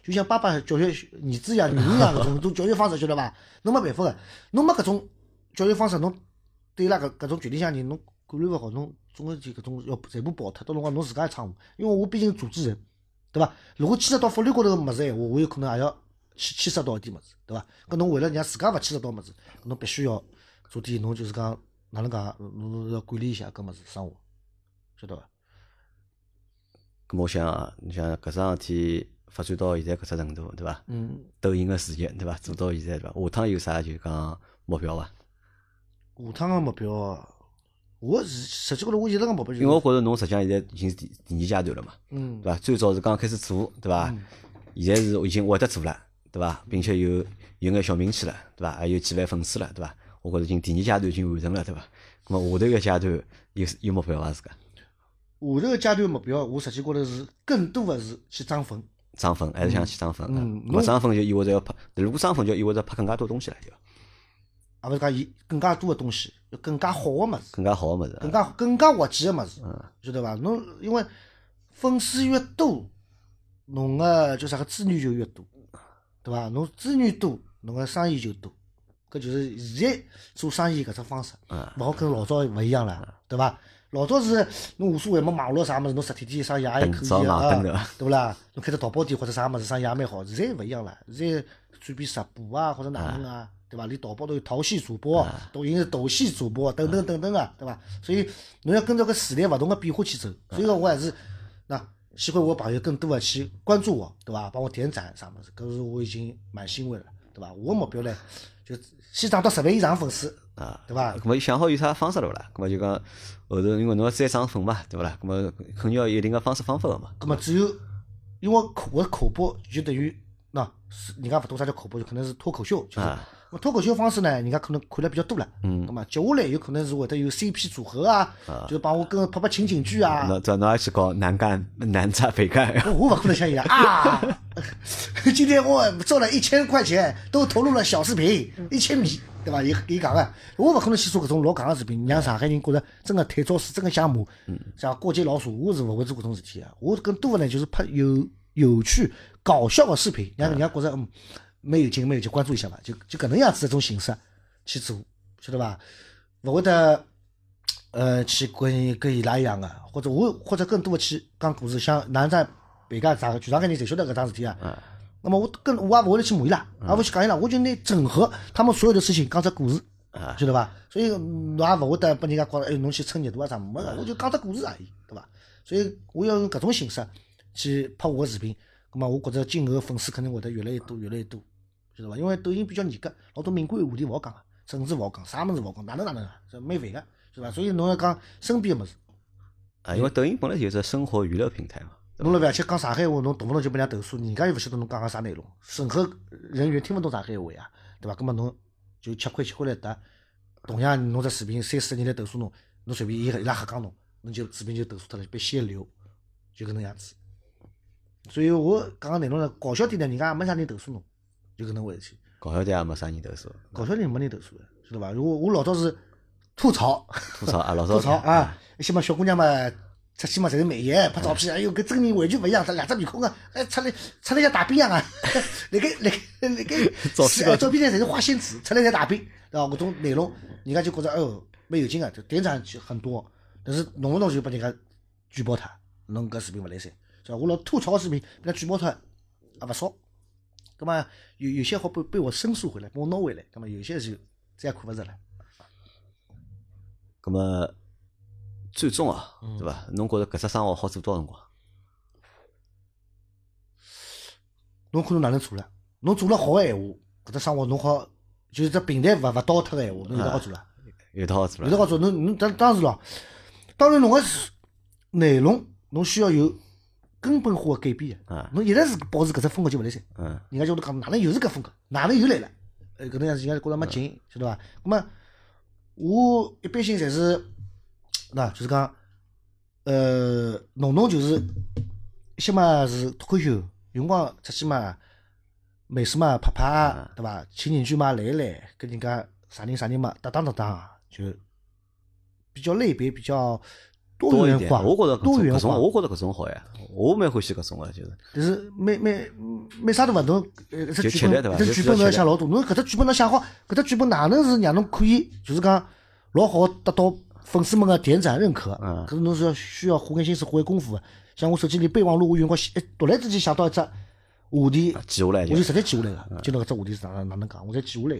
就像爸爸教育儿子一样、女人一样搿种种教育方式，晓得伐？侬没办法个，侬没搿种教育方式，侬对伊拉搿搿种决定性人，侬管理勿好，侬总归就搿种要全部爆脱，到辰光侬自家也闯祸。因为我毕竟主持人，对伐？如果牵涉到法律高头个物事闲话，我有可能也要去牵涉到一点物事，对伐？搿侬为了让自家勿牵涉到物事，侬必须要做点侬就是讲哪能讲，侬要管理一下搿物事生活，晓得伐？ 咁我想啊，你像搿桩事体发展到现在搿只程度，对伐？ 嗯。 抖音个事业，对伐？做到现在，对伐？下趟有啥就讲目标伐？ 下趟个目标，我是实际高头我一直个目标就是， 因为我觉着侬实际上现在已经是第第二阶段了嘛， 嗯， 对伐？最早是刚开始做，对伐？嗯、现在是已经会得做了，对伐？并且有有眼小名气了，对伐？还有几万粉丝了，对伐？我觉着已经第二阶段已经完成了，对伐？咁么下头个阶段有有目标伐？自家？ 下头个阶段目标，我实际高头是更多个是去涨粉， 涨粉还是想去涨粉。 嗯， 咁涨粉就意味着要拍，如果涨粉就意味着拍更加多东西了，对伐？ 也勿是讲伊更加多个东西，更加好个物事， 更加好个物事， 更加更加滑稽个物事，晓得伐？侬因为粉丝越多，侬个叫啥个资源就越多，对伐？侬资源多，侬个生意就多，搿就是现在做生意搿只方式，勿好跟老早勿一样了，对伐？老早是侬无所谓，没网络啥物事，侬实体店生意也还可以啊，对勿啦？侬开只淘宝店或者啥物事生意也蛮好。现在勿一样了，现在转变直播啊，或者哪能啊，对伐？连淘宝都有淘系主播，抖音是抖系主播，等等等等啊，对伐？所以侬要跟着搿时代勿同个变化去走。所以讲我还是那希望我朋友更多的去关注我，对伐？帮我点赞啥物事，搿是我已经蛮欣慰了，对伐？我个目标呢，就先涨到十万以上粉丝。啊，对伐？ 咁么想好有啥方式了勿啦？咁么就讲后头因为侬要再涨粉嘛，对勿啦？咁么肯定要有一定个方式方法个嘛。 咁么只有因为口我口播就等于那人家勿懂啥叫口播，就可能是脱口秀，就是。啊咁脱口秀方式呢，人家可能看了比较多了。嗯。咁么接下来有可能是会得有 C P 组合啊，啊就帮我跟拍拍情景剧啊。 那这侬还去搞男干男炸北干？ 我勿可能像伊拉啊！今天我赚了一千块钱，都投入了小视频一千米。对伐？伊伊讲个，我勿可能去做搿种老戆个视频，让上海人觉着真个腿招死，真个像马，像过街老鼠，我是勿会做搿种事体个。我更多个呢，就是拍有有趣、搞笑个视频，让人家觉着嗯蛮有劲，蛮有劲，关注一下伐？就就搿能样子这种形式去做，晓得伐？勿会得呃去跟跟伊拉一样个，或者我或者更多个去讲故事，像南站北家啥个，全上海人侪晓得搿桩事体啊。那么我跟我也勿会去骂伊拉，也勿去讲伊拉，我就拿整合他们所有的事情讲只故事，晓得伐？所以侬也勿会得拨人家觉着哎侬去蹭热度啊啥没个，我就讲只故事而已，对伐？所以我要用搿种形式去拍我个视频，咁么我觉着今后粉丝肯定会得越来越多，越来越多，晓得伐？因为抖音比较严格，老多敏感话题勿好讲，政治勿好讲，啥物事勿好讲，哪能哪能啊，这蛮烦个，是伐？所以侬要讲身边个物事啊，因为抖音本来就是生活娱乐平台嘛。 侬辣勿要去讲上海话，侬动不动就被人家投诉，人家又勿晓得侬讲个啥内容，审核人员听勿懂上海话呀，对伐？葛末侬就吃亏吃回来得。同样，侬只视频三四个人来投诉侬，侬随便伊伊拉瞎讲侬，侬就视频就投诉脱了，被限流，就搿能样子。所以我讲个内容呢，搞笑点呢，人家也没啥人投诉侬，就搿能回事体。 搞笑点也没啥人投诉。 搞笑点没人投诉的，晓得伐？如果我老早是吐槽， 吐槽啊，老早吐槽啊，一些嘛小姑娘嘛。出去嘛，侪是美颜拍照片，哎哟，跟真人完全勿一样，这两只面孔啊，哎，出来出来像大兵一样啊！那个那个那个照片呢，侪是花仙子，出来像大兵，对伐？搿种内容，人家就觉着哦，蛮有劲啊，就点赞就很多。但是弄不弄就被人家举报他，侬搿视频勿来三，是吧？我老吐槽个视频被人举报他也勿少。葛末有有些好被被我申诉回来，帮我拿回来，葛末有些就再也看勿着了。 葛末。最终啊，对伐？侬觉着搿只生活好做多少辰光？ 侬看侬哪能做了？侬做了好个闲话，搿只生活侬好，就是只平台勿勿倒脱个闲话，侬有得好做了。 有得好做了。 有得好做，侬侬当当然咯，当然侬个内容侬需要有根本化个改变个。侬一直是保持搿只风格就勿来三。嗯。人家就讲哪能又是搿风格，哪能又来了？呃，搿能样子人家觉着没劲，晓得伐？咾么我一般性侪是。那就是讲，呃，侬侬就是一些嘛是脱口秀，有辰光出去嘛，美食嘛拍拍，对伐？情景剧嘛来一来，跟人家啥人啥人嘛搭档搭档，就比较类别比较多元化， 我觉着多元化， 搿种我觉着搿种好呀，我蛮欢喜搿种个，就是。 但是每每每啥都勿同，呃，只剧本， 这剧本侬要想老多，侬搿只剧本侬想好，搿只剧本哪能是让侬可以就是讲老好得到粉丝们个点赞认可？嗯，搿侬是要需要花眼心思、花眼功夫个。像我手机里备忘录，我有辰光一突然之间想到一只话题， 记下来， 我就直接记下来个，今朝搿只话题是哪能哪能讲，我侪记下来个。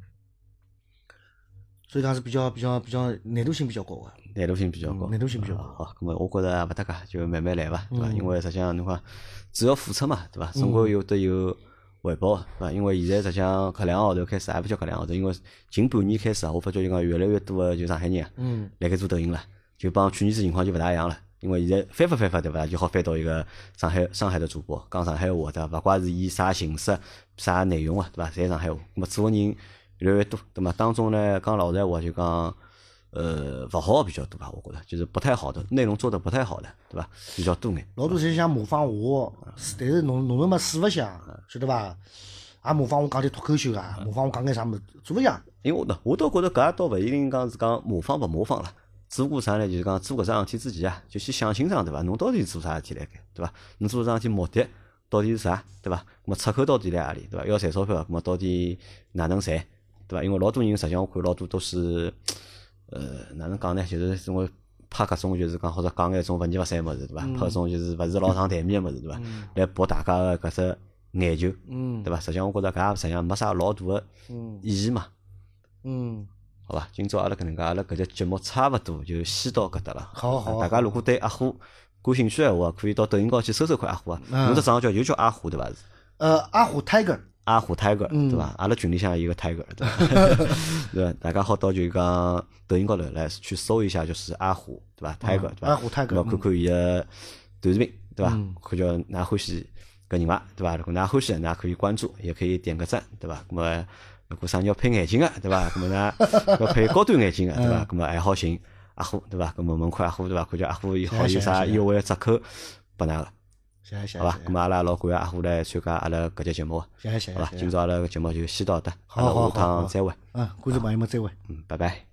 所以讲是比较比较比较难度性比较高个， 难度性比较高， 难度性比较高。 好，咁么我觉着勿搭界，就慢慢来伐，对伐？因为实际上侬讲只要付出嘛，对伐？总归有得有回报，对伐？因为现在实际上搿两个号头开始，也勿叫搿两个号头，因为近半年开始啊，我发觉就讲越来越多个就上海人啊，嗯，来盖做抖音了，就帮去年子情况就勿大一样了。因为现在翻发翻发对伐，就好翻到一个上海上海的主播讲上海话，对伐？勿怪是以啥形式、啥内容啊，对伐？侪上海话，咁么做个人越来越多，对嘛？当中呢，讲老实闲话就讲，呃，勿好比较多吧，我觉得就是不太好的内容做的不太好的，对吧？比较多眼。 老多侪想模仿我，但是侬侬们嘛试勿像，晓得伐？也模仿我讲点脱口秀啊，模仿我讲眼啥物事，做勿像。 因为我我倒觉得搿倒勿一定讲是讲模仿勿模仿了。做过啥呢？就是讲做搿桩事体之前啊，就先想清爽，对伐？侬到底做啥事体来盖，对伐？侬做搿桩事体目的到底是啥，对伐？咾么出口到底辣何里，对伐？要赚钞票，咾么到底哪能赚，对伐？因为老多人实际上我看老多都是，呃，哪能讲呢？就是种个拍搿种就是讲或者讲眼种勿二勿三物事，对伐？拍搿种就是勿是老上台面个物事，对伐？来博大家个搿只眼球，对伐？实际上我觉着搿也实际上没啥老大个意义嘛。嗯。好吧，今朝阿拉搿能介，阿拉搿只节目差勿多就先到搿搭了。 好好， 大家如果对阿虎感兴趣闲话，可以到抖音高去搜搜看阿虎啊。侬只账号叫就叫阿虎对伐？是。 呃，阿虎 Tiger。 阿虎 Tiger 对伐？阿拉群里向有一个 Tiger 对伐？对伐？大家好到就讲抖音高头来去搜一下，就是阿虎对伐 ？Tiger 对伐？ 阿虎 Tiger。 咾看看伊个短视频对伐？看叫㑚欢喜搿人伐？对伐？如果㑚欢喜，㑚可以关注，也可以点个赞对伐？咾么。如果啥人要配眼镜个，对伐？咁么呢，要配高端眼镜个，对伐？咁么还好寻阿虎，对伐？咁么问看阿虎，对伐？看叫阿虎好有啥优惠折扣拨㑚个，好伐？咁么阿拉老感谢阿虎来参加阿拉搿节节目，好伐？今朝阿拉个节目就先到这，阿拉下趟再会。 嗯，观众朋友们再会。 嗯，拜拜。